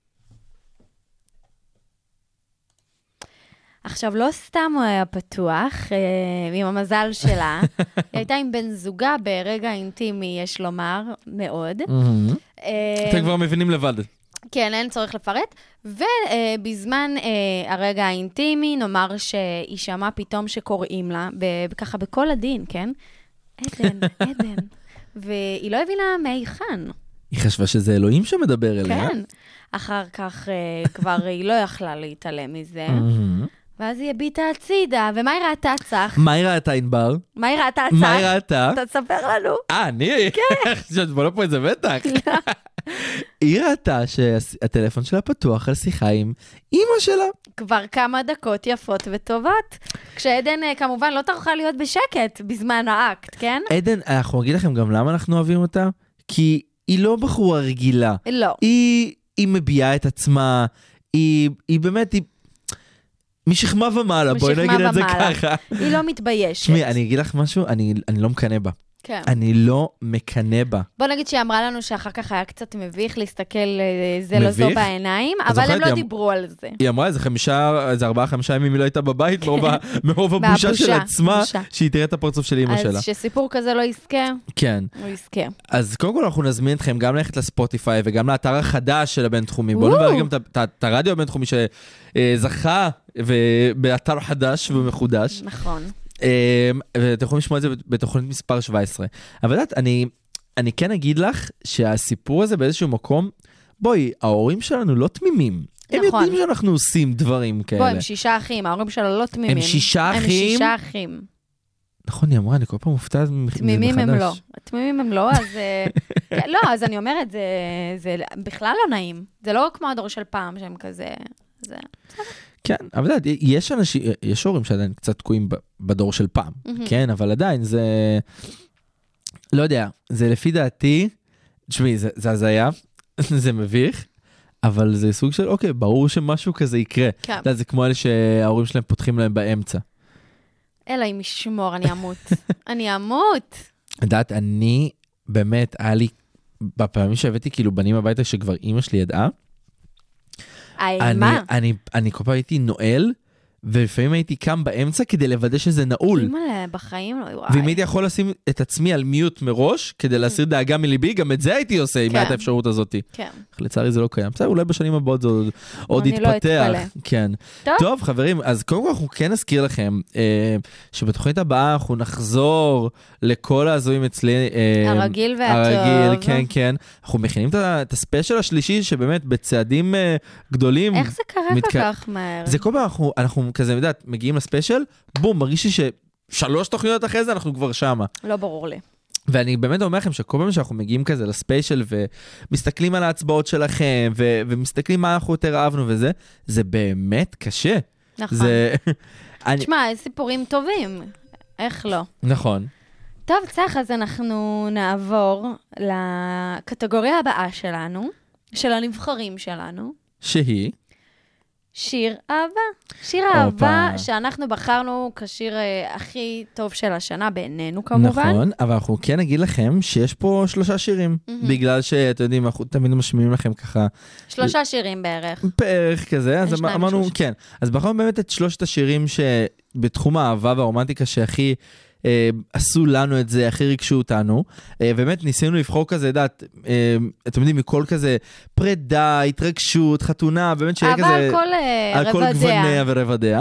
[SPEAKER 5] עכשיו, לא סתם הוא היה פתוח, אה, עם המזל שלה. היא הייתה עם בן זוגה ברגע אינטימי, יש לומר, מאוד. אה,
[SPEAKER 4] אתם כבר מבינים לבד.
[SPEAKER 5] כן, אין צורך לפרט. ובזמן אה, הרגע האינטימי, נאמר שהיא שמעה פתאום שקוראים לה, ב- ככה בכל הדין, כן? עדן, עדן. והיא לא הבינה מהיכן.
[SPEAKER 4] היא חשבה שזה אלוהים שמדבר אליה.
[SPEAKER 5] כן. אחר כך אה, כבר היא לא יכלה להתעלם מזה. ואז היא הביטה הצידה, ומה היא ראתה צח?
[SPEAKER 4] מה היא ראתה ענבר?
[SPEAKER 5] מה היא ראתה צח?
[SPEAKER 4] מה היא ראתה?
[SPEAKER 5] אתה תספר לנו.
[SPEAKER 4] אה, אני? כן. חשבת, בוא לא פה איזה בטח. היא ראתה שהטלפון שלה פתוח על שיחה עם אמא שלה.
[SPEAKER 5] כבר כמה דקות יפות וטובות. כשעדן כמובן לא תוכל להיות בשקט בזמן האקט, כן?
[SPEAKER 4] עדן, אנחנו נגיד לכם גם למה אנחנו אוהבים אותה? כי היא לא בחורה רגילה.
[SPEAKER 5] לא.
[SPEAKER 4] היא, היא מביעה את עצמה, היא, היא באמת, היא... משכמה ומעלה, בואי נגיד את זה ככה.
[SPEAKER 5] היא לא מתביישת.
[SPEAKER 4] שמי, אני אגיד לך משהו, אני, אני לא מקנה בה.
[SPEAKER 5] כן.
[SPEAKER 4] אני לא מקנה בה.
[SPEAKER 5] בוא נגיד שהיא אמרה לנו שאחר כך היה קצת מביך להסתכל זה לא זו בעיניים, אבל הם לא דיברו על זה.
[SPEAKER 4] היא אמרה, איזה חמישה, איזה ארבעה, חמישה ימים היא לא הייתה בבית, מרוב הבושה של עצמה, שהיא תראה את הפרצוף של אמא שלה.
[SPEAKER 5] אז שסיפור כזה לא יזכה,
[SPEAKER 4] כן.
[SPEAKER 5] הוא יזכה.
[SPEAKER 4] אז קודם כל אנחנו נזמין אתכם גם ללכת לספוטיפיי, וגם לאתר החדש של הבינתחומי. בואו נברך גם את הרדיו הבינתחומי שזכה באתר חדש ומחודש.
[SPEAKER 5] נכון.
[SPEAKER 4] ואתם יכולים לשמוע את זה בתוכנית מספר שבע עשרה. אבל יודעת, אני, אני כן אגיד לך שהסיפור הזה באיזשהו מקום, בואי, ההורים שלנו לא תמימים. הם
[SPEAKER 5] נכון.
[SPEAKER 4] יודעים שאנחנו עושים דברים כאלה.
[SPEAKER 5] בואי, הם שישה אחים, ההורים שלנו לא תמימים.
[SPEAKER 4] הם שישה אחים?
[SPEAKER 5] הם שישה אחים.
[SPEAKER 4] נכון, היא אמרה, אני כל פעם מופתעת מחדש.
[SPEAKER 5] תמימים הם לא. תמימים הם לא, אז... לא, אז אני אומרת, זה, זה בכלל לא נעים. זה לא כמו הדור של פעם, שהם כזה... זה...
[SPEAKER 4] כן, אבל יודעת, יש אנשים, יש הורים שעדיין קצת תקועים בדור של פעם, כן, אבל עדיין זה, לא יודע, זה לפי דעתי, תשמעי, זה, זה הזיה, זה מביך, אבל זה סוג של, אוקיי, ברור שמשהו כזה יקרה.
[SPEAKER 5] כן.
[SPEAKER 4] זה כמו אלה שההורים שלהם פותחים להם באמצע.
[SPEAKER 5] אלא אם ישמור, אני אמות. אני אמות.
[SPEAKER 4] יודעת, אני, באמת, היה לי, בפעמים שהבאתי כאילו בנים הביתה שכבר אמא שלי ידעה, אני, אני, אני כל פעם הייתי נועל, ולפעמים הייתי קם באמצע כדי לוודא שזה נעול.
[SPEAKER 5] אימא'לה, בחיים לא, וואי.
[SPEAKER 4] ואם הייתי יכול לשים את עצמי על מיוט מראש, כדי להסיר דאגה מליבי, גם את זה הייתי עושה, אם הייתה האפשרות הזאת.
[SPEAKER 5] כן.
[SPEAKER 4] לצערי זה לא קיים. בסדר, אולי בשנים הבאות זה עוד, עוד יתפתח. כן.
[SPEAKER 5] טוב.
[SPEAKER 4] טוב, חברים, אז קודם כל אנחנו כן נזכיר לכם, אה, שבתוכנית הבאה אנחנו נחזור לכל הזויים אצלי. אה,
[SPEAKER 5] הרגיל והטוב.
[SPEAKER 4] הרגיל, כן, כן. אנחנו מכינים את, את הספיישל השלישי, שבאמת בצעדים אה, גדולים.
[SPEAKER 5] איך זה קרה מתק... כל כך מהר?
[SPEAKER 4] זה כל פעם אנחנו, אנחנו כזה, יודעת, מגיעים לספיישל, בום, מרגיש לי ששלוש תוכניות אחרי זה אנחנו כבר שמה.
[SPEAKER 5] לא ברור לי.
[SPEAKER 4] ואני באמת אומר לכם שכל פעם שאנחנו מגיעים כזה לספיישל ומסתכלים על ההצבעות שלכם ו- ומסתכלים מה אנחנו יותר אהבנו וזה, זה באמת קשה.
[SPEAKER 5] נכון.
[SPEAKER 4] זה...
[SPEAKER 5] תשמע, אני... סיפורים טובים. איך לא?
[SPEAKER 4] נכון.
[SPEAKER 5] טוב, צח, אז אנחנו נעבור לקטגוריה הבאה שלנו, של הנבחרים שלנו.
[SPEAKER 4] שהיא?
[SPEAKER 5] שיר אהבה. שיר אהבה שאנחנו בחרנו כשיר הכי טוב של השנה בעינינו כמובן.
[SPEAKER 4] נכון, אבל אנחנו כן נגיד לכם שיש פה שלושה שירים, בגלל שאתם יודעים, אנחנו תמיד משמיעים לכם ככה.
[SPEAKER 5] שלושה שירים בערך.
[SPEAKER 4] בערך כזה, אז אמרנו, כן. אז בחרנו באמת את שלושת השירים שבתחום האהבה והרומנטיקה שהכי... עשו לנו את זה, הכי ריגשו אותנו, באמת ניסינו לבחור כזה, דעת, אתם יודעים, מכל כזה פרידה, התרגשות, חתונה, באמת שיהיה כזה...
[SPEAKER 5] אבל כל רבדיה.
[SPEAKER 4] על כל גווניה ורבדיה.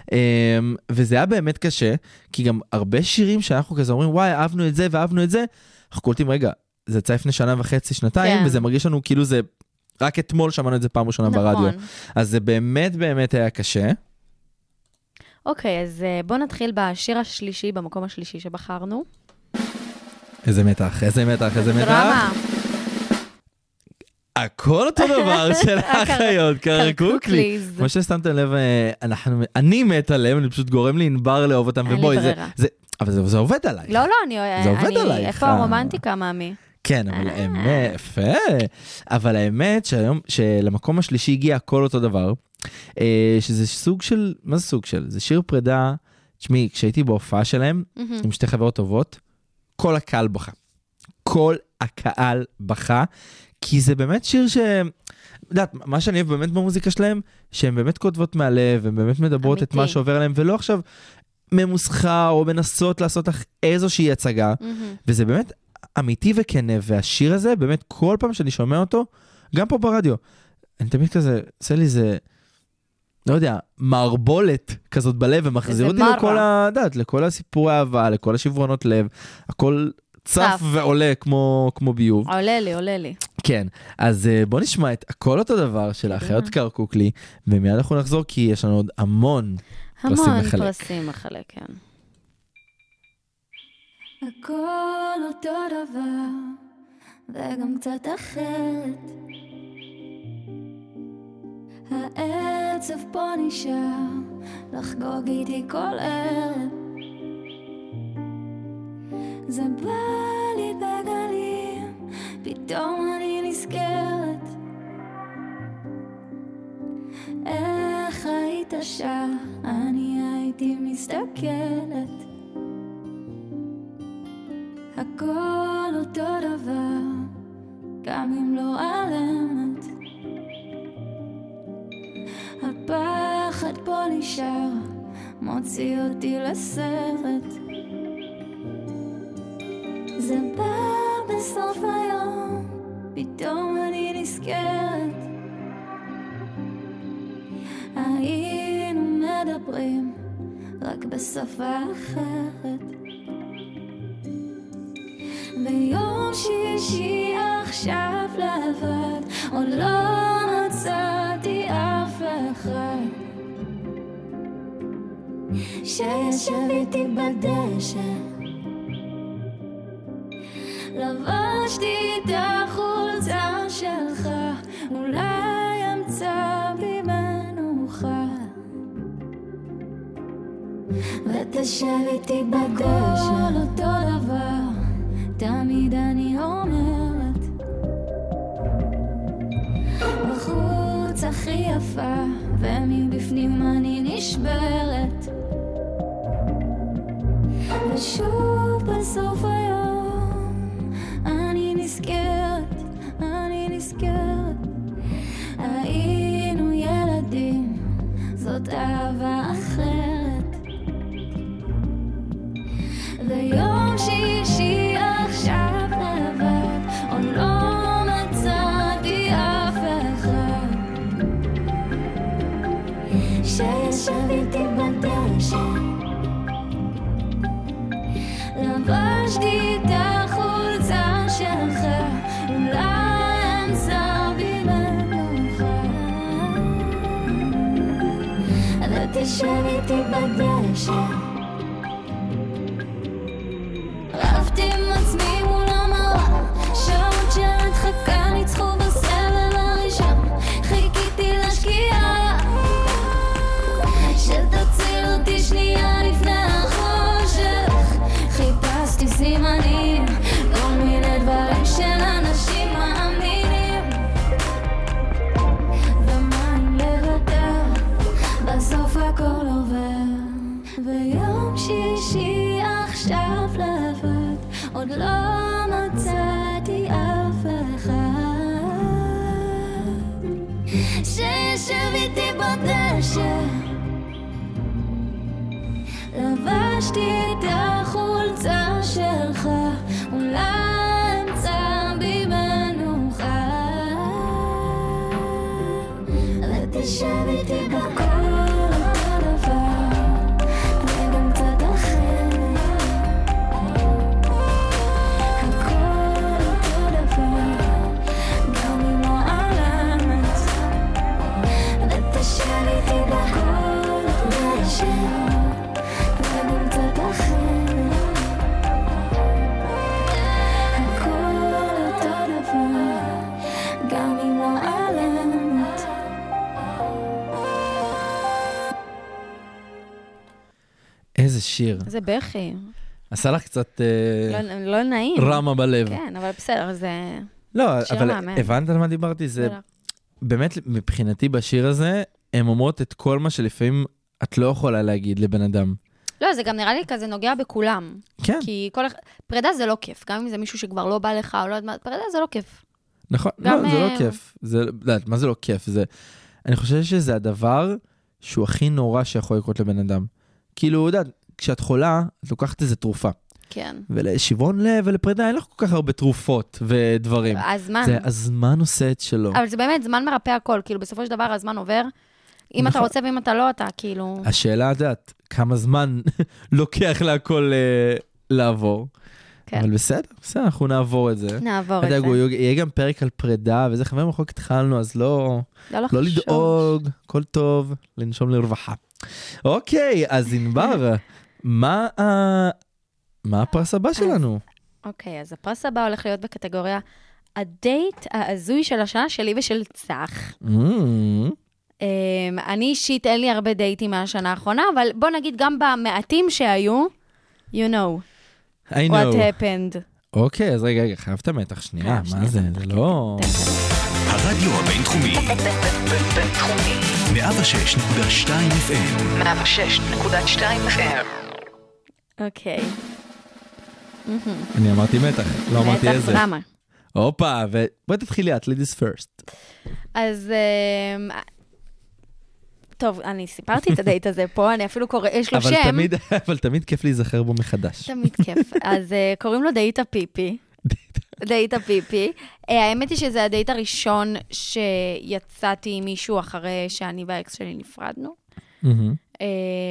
[SPEAKER 4] וזה היה באמת קשה, כי גם הרבה שירים שאנחנו כזה אומרים, וואי, אהבנו את זה ואהבנו את זה, אנחנו קולטים, רגע, זה יצא לפני שנה וחצי, שנתיים, וזה מרגיש לנו כאילו זה, רק אתמול שמענו את זה פעם ראשונה ברדיו. אז זה באמת באמת היה קשה.
[SPEAKER 5] אוקיי, אז בואו נתחיל בשיר השלישי, במקום השלישי שבחרנו.
[SPEAKER 4] איזה מתח, איזה מתח, איזה מתח.
[SPEAKER 5] דרמה.
[SPEAKER 4] הכל אותו דבר של האחיות, קרקוקלי. כמו ששמתם לב, אנחנו, אני מת עליהם, אני פשוט גורם לי ענבר לאהוב אותם, ובואי, זה, אבל זה עובד עלייך.
[SPEAKER 5] לא, לא, אני,
[SPEAKER 4] זה עובד עלייך.
[SPEAKER 5] איפה הרומנטיקה, מאמי?
[SPEAKER 4] כן, אבל האמת, יפה. אבל האמת שהיום, שלמקום השלישי הגיע הכל אותו דבר, שזה סוג של, מה זה סוג של? זה שיר פרידה, תשמעי, כשהייתי בהופעה שלהם, עם שתי חברות טובות, כל הקהל בכה. כל הקהל בכה, כי זה באמת שיר ש... יודעת, מה שאני אוהב באמת במוזיקה שלהם, שהן באמת כותבות מהלב, הן באמת מדברות אמיתי. את מה שעובר עליהם, ולא עכשיו ממוסחר או מנסות לעשות איזושהי הצגה, mm-hmm. וזה באמת אמיתי וכנה, והשיר הזה, באמת כל פעם שאני שומע אותו, גם פה ברדיו, אני תמיד כזה, עושה לי זה, לא יודע, מערבולת כזאת בלב, ומחזיר אותי לכל, הדעת, לכל הסיפורי אהבה, לכל השברונות לב, הכל... צף ועולה כמו, כמו ביוב.
[SPEAKER 5] עולה לי, עולה לי.
[SPEAKER 4] כן, אז בוא נשמע את הכל אותו דבר של האחיות קרקוקלי, ומיד אנחנו נחזור כי יש לנו עוד המון פרסים לחלק.
[SPEAKER 5] המון פרסים לחלק, כן.
[SPEAKER 6] הכל אותו דבר, וגם קצת אחרת. העצב פה נשאר, לחגוג איתי כל ערב. זה בא לי בגלים, פתאום אני נזכרת איך היית שר, אני הייתי מסתכלת הכל אותו דבר, גם אם לא עלמת הפחד פה נשאר, מוציא אותי לסרט זה בא בסוף היום, פתאום אני נזכרת היינו מדברים רק בשפה אחרת ביום שישי עכשיו לבד עוד לא מצאתי אף אחד שישב איתי בדשא לבשתי את החולצה שלך אולי אמצא בי מנוחה ותשב איתי בדשא אותו דבר תמיד אני אומרת בחוץ הכי יפה ומבפנים אני נשברת ושוב בסוף היום אני נזכרת, אני נזכרת היינו ילדים, זאת אהבה אחרת ויום שישי עכשיו לבד עוד לא מצאתי אף אחד שישב איתי בדשא לבשתי את החולצה שלך אולי אמצא בי מנוחה ותשב איתי בדשא רבתי עם עצמי מול המראה שעות שהדחקה ניצחו בסבל הראשון חיכיתי לשקיעה שתציל אותי שנייה לפני החושך חיפשתי סימנים כל מיני דברים של אנשים מאמינים ומה אם לוותר בסוף הכל עובר ויום שישי עכשיו לבד עוד לא מצאתי אף אחד שישב איתי בדשא לבשתי את החולצה שלך אולי אמצא בי מנוחה ותשב איתי בכל אותו דבר וגם קצת אחרת הכל אותו דבר גם אם לא עלמת ותשב איתי בכל אותו דבר
[SPEAKER 4] איזה שיר.
[SPEAKER 5] זה בכי.
[SPEAKER 4] עשה לך קצת אה,
[SPEAKER 5] לא- לא נעים.
[SPEAKER 4] רמה בלב.
[SPEAKER 5] כן, אבל בסדר, זה...
[SPEAKER 4] לא,
[SPEAKER 5] שיר
[SPEAKER 4] אבל
[SPEAKER 5] מהמם.
[SPEAKER 4] הבנת על מה דיברתי? זה
[SPEAKER 5] בטח.
[SPEAKER 4] באמת מבחינתי בשיר הזה, הן אומרות את כל מה שלפעמים את לא יכולה להגיד לבן אדם.
[SPEAKER 5] לא, זה גם נראה לי כזה נוגע בכולם.
[SPEAKER 4] כן,
[SPEAKER 5] כי כל... אחד- פרידה זה לא כיף, גם אם זה מישהו שכבר לא בא לך או לא יודעת מה, פרידה זה לא כיף.
[SPEAKER 4] נכון.
[SPEAKER 5] גם,
[SPEAKER 4] לא, זה לא
[SPEAKER 5] אה,
[SPEAKER 4] כיף. זה, יודעת, מה זה לא כיף? זה, אני חושב שזה הדבר שהוא הכי נורא שיכול לקרות לבן אדם. כאילו, יודעת, כשאת חולה, את לוקחת איזה תרופה.
[SPEAKER 5] כן.
[SPEAKER 4] ולשברון לב ולפרידה אין לך כל כך הרבה תרופות ודברים.
[SPEAKER 5] הזמן.
[SPEAKER 4] זה הזמן עושה את שלו.
[SPEAKER 5] אבל זה באמת זמן מרפא הכל, כאילו בסופו של דבר הזמן עובר. אם אתה
[SPEAKER 4] נכון.
[SPEAKER 5] רוצה ואם אתה לא, אתה כאילו...
[SPEAKER 4] השאלה, את יודעת, כמה זמן לוקח להכל אה, לעבור.
[SPEAKER 5] כן.
[SPEAKER 4] אבל בסדר, בסדר, אנחנו נעבור את זה.
[SPEAKER 5] נעבור
[SPEAKER 4] אתה
[SPEAKER 5] את
[SPEAKER 4] יודע,
[SPEAKER 5] זה.
[SPEAKER 4] יהיה גם פרק על פרידה, וזה חברים, אנחנו רק התחלנו, אז לא,
[SPEAKER 5] לא
[SPEAKER 4] לא
[SPEAKER 5] לחשוב.
[SPEAKER 4] לדאוג, הכל טוב, לנשום לרווחה. אוקיי, אז ענבר, מה ה- מה הפרס הבא שלנו?
[SPEAKER 5] אוקיי, אז הפרס הבא הולך להיות בקטגוריה הדייט ההזוי של השנה שלי ושל צח.
[SPEAKER 4] Mm,
[SPEAKER 5] אמ, אני אישית, אין לי הרבה דייטים מהשנה האחרונה, אבל בוא נגיד גם במעטים שהיו, you know,
[SPEAKER 4] I
[SPEAKER 5] what
[SPEAKER 4] know.
[SPEAKER 5] happened.
[SPEAKER 4] אוקיי, אז רגע, רגע, חייב את המתח שנייה,
[SPEAKER 5] חייב
[SPEAKER 4] מה
[SPEAKER 5] שנייה,
[SPEAKER 4] זה?
[SPEAKER 5] מתח,
[SPEAKER 4] זה
[SPEAKER 5] כן,
[SPEAKER 4] לא...
[SPEAKER 5] כן, תן,
[SPEAKER 1] הרדיו הבינתחומי,
[SPEAKER 2] בינתחומי.
[SPEAKER 1] מאה ושש נקודה שתיים אף אם.
[SPEAKER 2] מאה ושש נקודה שתיים אף אם.
[SPEAKER 5] תן. אוקיי.
[SPEAKER 4] אני אמרתי מתח, לא אמרתי
[SPEAKER 5] מתח
[SPEAKER 4] איזה.
[SPEAKER 5] דרמה.
[SPEAKER 4] הופה, ובואי תתחילי את, ladies first.
[SPEAKER 5] אז... אמ, טוב, אני סיפרתי את הדייט הזה פה, אני אפילו קורא, יש לו
[SPEAKER 4] אבל
[SPEAKER 5] שם.
[SPEAKER 4] תמיד, אבל תמיד כיף להיזכר בו מחדש.
[SPEAKER 5] תמיד כיף. אז אה, קוראים לו דייט הפיפי. דייט הפיפי. אה, האמת היא שזה הדייט הראשון שיצאתי עם מישהו אחרי שאני והאקס שלי נפרדנו.
[SPEAKER 4] מהמם.
[SPEAKER 5] אה,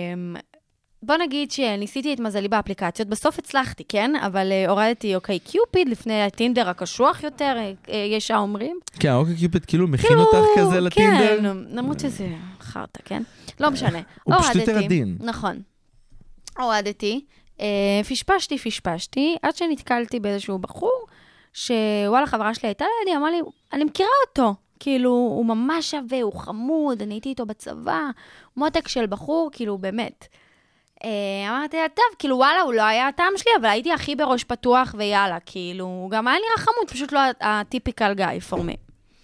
[SPEAKER 5] בוא נגיד שניסיתי את מזלי באפליקציות, בסוף הצלחתי, כן? אבל אה, הורדתי אוקיי קיופיד לפני הטינדר הקשוח יותר, אה, אה, יש האומרים.
[SPEAKER 4] כן, אוקיי קיופד כאילו מכין אותך כזה לטינדר.
[SPEAKER 5] כן, למרות שזה חרטה, כן? לא משנה.
[SPEAKER 4] הוא פשוט יותר
[SPEAKER 5] הורדתי.
[SPEAKER 4] עדין.
[SPEAKER 5] נכון. הורדתי, אה, פשפשתי, פשפשתי, עד שנתקלתי באיזשהו בחור, שוואלה, חברה שלי הייתה לידי, אמרה לי, אני מכירה אותו. כאילו, הוא ממש שווה, הוא חמוד, אני הייתי איתו בצבא, מותק של בחור, כאילו, באמת. אה, אמרתי לה, טוב, כאילו, וואלה, הוא לא היה הטעם שלי, אבל הייתי הכי בראש פתוח, ויאללה, כאילו, הוא גם היה נראה חמוד, פשוט לא הטיפיקל גאי for me.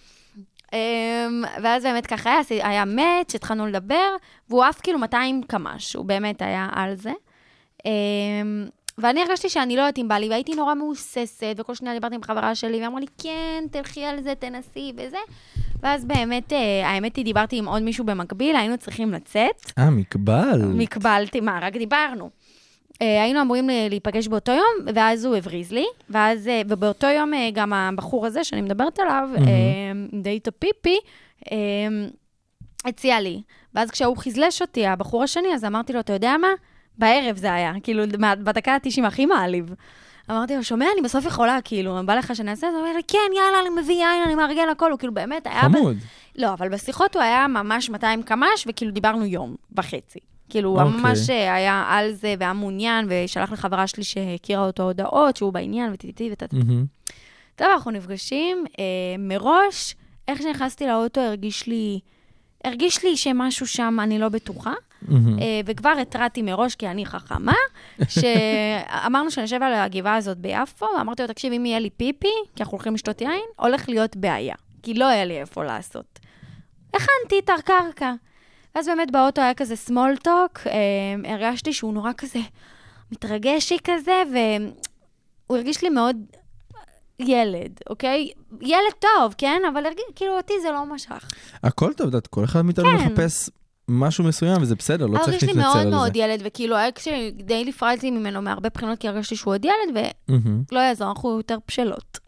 [SPEAKER 5] Um, ואז באמת ככה היה, היה מאץ', התחלנו לדבר, והוא אף כאילו מאתיים קמ"ש, הוא באמת היה על זה. Um, ואני הרגשתי שאני לא יודעת אם בא לי, והייתי נורא מאוססת, וכל שניה דיברתי עם חברה שלי, ואמרה לי, כן, תלכי על זה, תנסי וזה. ואז באמת, uh, האמת היא, דיברתי עם עוד מישהו במקביל, היינו צריכים לצאת.
[SPEAKER 4] אה, מקבל.
[SPEAKER 5] מקבלתי, מה, רק דיברנו. Uh, היינו אמורים להיפגש באותו יום, ואז הוא הבריז לי, ואז, uh, ובאותו יום uh, גם הבחור הזה שאני מדברת עליו,
[SPEAKER 4] מהמם.
[SPEAKER 5] uh, דייט הפיפי, uh, הציע לי. ואז כשהוא חזלש אותי, הבחור השני, אז אמרתי לו, אתה יודע מה? בערב זה היה, כאילו, בדקה ה-תשעים הכי מעליב. אמרתי לו, שומע, אני בסוף יכולה, כאילו, בא לך שנעשה, אז הוא אומר לי, כן, יאללה, אני מביא יין, אני מארגן הכל, הוא כאילו באמת היה...
[SPEAKER 4] חמוד.
[SPEAKER 5] ב... לא, אבל בשיחות הוא היה ממש מאתיים קמ"ש, וכאילו דיברנו יום וחצי. כאילו, הוא
[SPEAKER 4] אוקיי.
[SPEAKER 5] ממש היה על זה, והיה מעוניין, ושלח לחברה שלי שהכירה אותו הודעות, שהוא בעניין, וטיטיטי וטט.
[SPEAKER 4] מהמם.
[SPEAKER 5] טוב, אנחנו נפגשים. אה, מראש, איך שנכנסתי לאוטו, הרגיש לי, הרגיש לי שמשהו שם אני לא בטוחה,
[SPEAKER 4] מהמם.
[SPEAKER 5] אה, וכבר התרעתי מראש, כי אני חכמה, שאמרנו שנשב על הגבעה הזאת ביפו, ואמרתי לו, תקשיב, אם יהיה לי פיפי, כי אנחנו הולכים לשתות יין, הולך להיות בעיה, כי לא היה לי איפה לעשות. הכנתי את הקרקע. אז באמת באוטו היה כזה small talk, אה, הרגשתי שהוא נורא כזה מתרגשי כזה, והוא הרגיש לי מאוד ילד, אוקיי? ילד טוב, כן? אבל הרגיש, כאילו אותי זה לא משך.
[SPEAKER 4] הכל טוב, דעת, כל אחד מאיתנו
[SPEAKER 5] כן.
[SPEAKER 4] מחפש משהו מסוים, וזה בסדר, לא צריך
[SPEAKER 5] הרגיש לי
[SPEAKER 4] להתנצל
[SPEAKER 5] מאוד
[SPEAKER 4] על זה.
[SPEAKER 5] מאוד ילד, וכאילו היה כשדי נפרדתי ממנו מהרבה בחינות, כי הרגשתי שהוא עוד ילד,
[SPEAKER 4] מהמם.
[SPEAKER 5] ולא יעזור, אנחנו יותר בשלות.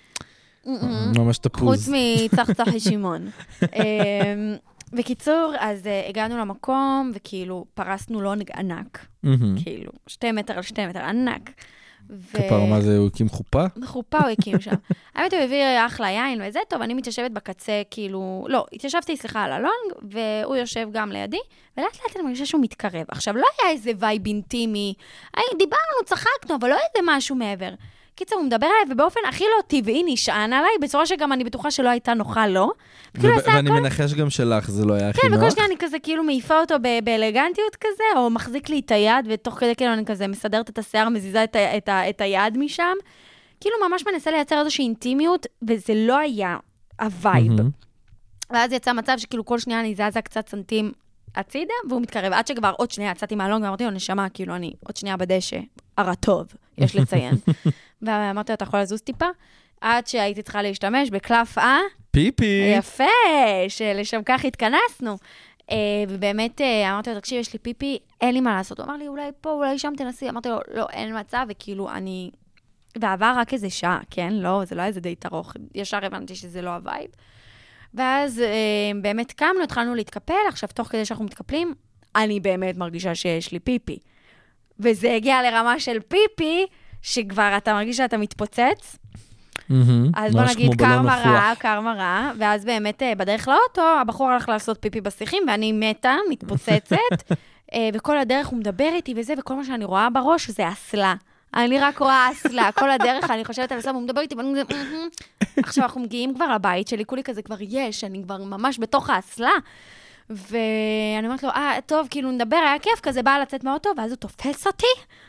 [SPEAKER 4] ממש תפוז.
[SPEAKER 5] חוץ מצחצחי שמעון. אמ, בקיצור, אז אה, הגענו למקום, וכאילו פרסנו לונג ענק.
[SPEAKER 4] מהמם.
[SPEAKER 5] כאילו, שתי מטר על שתי מטר, ענק. ו-
[SPEAKER 4] כפרה, מה זה, הוא הקים חופה?
[SPEAKER 5] חופה הוא הקים שם. האמת, הוא הביא אחלה יין וזה, טוב, אני מתיישבת בקצה, כאילו, לא, התיישבתי, סליחה, על הלונג, והוא יושב גם לידי, ולאט לאט אני מרגישה שהוא מתקרב. עכשיו, לא היה איזה וייב אינטימי, היי, דיברנו, צחקנו, אבל לא איזה משהו מעבר. קיצור, הוא מדבר עליי, ובאופן הכי לא טבעי נשען עליי, בצורה שגם אני בטוחה שלא הייתה נוחה לו.
[SPEAKER 4] ואני מנחש גם שלך, זה לא היה הכי נוח.
[SPEAKER 5] כן, וכל שנייה אני כזה כאילו מעיפה אותו באלגנטיות כזה, או מחזיק לי את היד, ותוך כדי כאילו אני כזה מסדרת את השיער, מזיזה את, ה, את, ה, את היד משם. כאילו ממש מנסה לייצר איזושהי אינטימיות, וזה לא היה הווייב. ואז יצא מצב שכאילו כל שנייה אני זזה קצת סנטים הצידה, והוא מתקרב. עד שכבר עוד שנייה יצאתי מהלונג, ואמרתי לו, נשמה, כאילו אני עוד שנייה בדשא, הרטוב, יש לציין. ואמרתי לו, אתה יכול לזוז טיפה? עד שהייתי צריכה להשתמש בקלף אה?
[SPEAKER 4] פיפי.
[SPEAKER 5] יפה, שלשם כך התכנסנו. ובאמת אמרתי לו, תקשיב, יש לי פיפי, אין לי מה לעשות. הוא אמר לי, אולי פה, אולי שם תנסי. אמרתי לו, לא, אין מצב, וכאילו אני... ועבר רק איזה שעה, כן? לא, זה לא איזה די ארוך. ישר הבנתי שזה לא הווייב. ואז באמת קמנו, התחלנו להתקפל, עכשיו תוך כדי שאנחנו מתקפלים, אני באמת מרגישה שיש לי פיפי. וזה הגיע לרמה של פיפי, שכבר אתה מרגיש שאתה מתפוצץ. אז בוא נגיד קרמה רע, קרמה רע, ואז באמת בדרך לאוטו, הבחור הלך לעשות פיפי בשיחים, ואני מתה, מתפוצצת, וכל הדרך הוא מדבר איתי וזה, וכל מה שאני רואה בראש זה אסלה. אני רק רואה אסלה, כל הדרך, אני חושבת על אסלה, הוא מדבר איתי, ואני כזה, עכשיו אנחנו מגיעים כבר לבית שלי, כולי כזה כבר יש, אני כבר ממש בתוך האסלה, ואני אומרת לו, אה, טוב, כאילו נדבר, היה כיף כזה, בא לצאת מהאוטו, ואז הוא תופס אותי,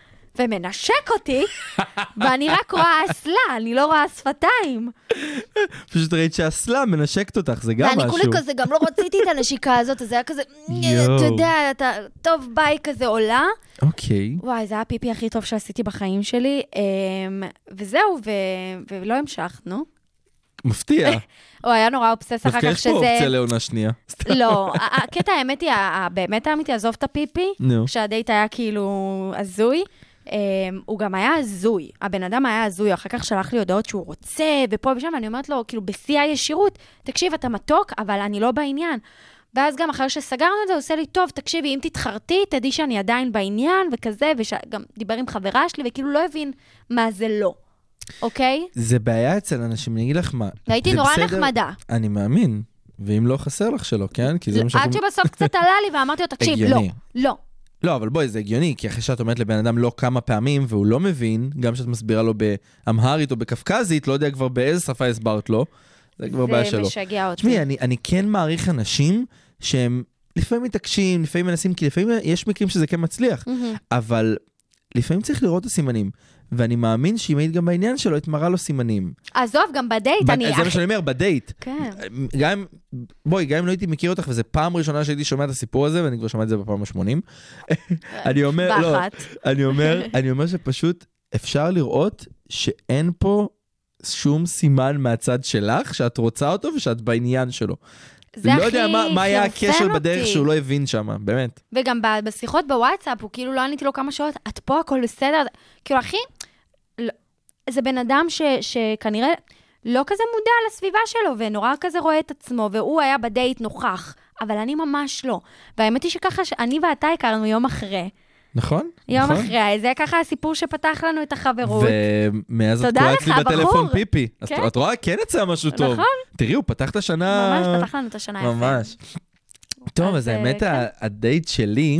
[SPEAKER 5] ומנשק אותי, ואני רק רואה אסלה, אני לא רואה שפתיים.
[SPEAKER 4] פשוט ראית שהאסלה מנשקת אותך, זה גם משהו.
[SPEAKER 5] ואני כולי כזה, גם לא רציתי את הנשיקה הזאת, אז זה היה כזה, אתה יודע, אתה טוב ביי כזה עולה.
[SPEAKER 4] אוקיי.
[SPEAKER 5] וואי, זה היה הפיפי הכי טוב שעשיתי בחיים שלי, וזהו, ולא המשכנו.
[SPEAKER 4] מפתיע.
[SPEAKER 5] הוא היה נורא אובסס אחר כך שזה...
[SPEAKER 4] דווקא יש פה אופציה לעונה שנייה.
[SPEAKER 5] לא, הקטע האמת היא, באמת האמת היא, עזוב את הפיפי, כשהדייט היה כאילו הזוי, הוא גם היה הזוי, הבן אדם היה הזוי, אחר כך שלח לי הודעות שהוא רוצה, ופה ושם, ואני אומרת לו, כאילו בשיא הישירות, תקשיב, אתה מתוק, אבל אני לא בעניין. ואז גם אחרי שסגרנו את זה, הוא עושה לי, טוב, תקשיבי, אם תתחרתי, תדעי שאני עדיין בעניין, וכזה, וגם דיבר עם חברה שלי, וכאילו לא הבין מה זה לא. אוקיי?
[SPEAKER 4] זה בעיה אצל אנשים, אני אגיד לך מה.
[SPEAKER 5] והייתי נורא נחמדה.
[SPEAKER 4] אני מאמין, ואם לא חסר לך שלא, כן?
[SPEAKER 5] עד שבסוף קצת עלה לי, ואמרתי לו, תקשיב, לא, לא.
[SPEAKER 4] לא, אבל בואי, זה הגיוני, כי אחרי שאת אומרת לבן אדם לא כמה פעמים, והוא לא מבין, גם שאת מסבירה לו באמהרית או בקפקזית, לא יודע כבר באיזה שפה הסברת לו, זה כבר בעיה שלו.
[SPEAKER 5] זה משגע אותי.
[SPEAKER 4] תשמעי, אני, אני כן מעריך אנשים שהם לפעמים מתעקשים, לפעמים מנסים, כי לפעמים יש מקרים שזה כן מצליח, אבל לפעמים צריך לראות את הסימנים, ואני מאמין שאם היית גם בעניין שלו, את מראה לו סימנים.
[SPEAKER 5] עזוב, גם בדייט, אני...
[SPEAKER 4] זה מה שאני אומר, בדייט.
[SPEAKER 5] כן.
[SPEAKER 4] גם, בואי, גם אם לא הייתי מכיר אותך, וזו פעם ראשונה שהייתי שומע את הסיפור הזה, ואני כבר שומע את זה בפעם ה-שמונים. אני אומר, לא, אני אומר, אני אומר שפשוט אפשר לראות שאין פה שום סימן מהצד שלך, שאת רוצה אותו ושאת בעניין שלו.
[SPEAKER 5] זה
[SPEAKER 4] לא יודע מה, מה היה
[SPEAKER 5] חרפן
[SPEAKER 4] הקשר
[SPEAKER 5] אותי.
[SPEAKER 4] בדרך שהוא לא הבין שם, באמת.
[SPEAKER 5] וגם בשיחות בוואטסאפ, הוא כאילו לא עניתי לו כמה שעות, את פה הכל בסדר, כאילו אחי, לא, זה בן אדם ש, שכנראה לא כזה מודע לסביבה שלו, ונורא כזה רואה את עצמו, והוא היה בדייט נוכח, אבל אני ממש לא. והאמת היא שככה, שאני ואתה הכרנו יום אחרי,
[SPEAKER 4] נכון?
[SPEAKER 5] יום
[SPEAKER 4] נכון.
[SPEAKER 5] אחרי, זה ככה הסיפור שפתח לנו את החברות.
[SPEAKER 4] ומאז את קוראת לי בטלפון פיפי. כן? את רואה, כן יצא משהו טוב. נכון. תראי, הוא פתח את השנה...
[SPEAKER 5] ממש פתח לנו את השנה יפה.
[SPEAKER 4] ממש. טוב, אז האמת,
[SPEAKER 5] כן.
[SPEAKER 4] הדייט שלי,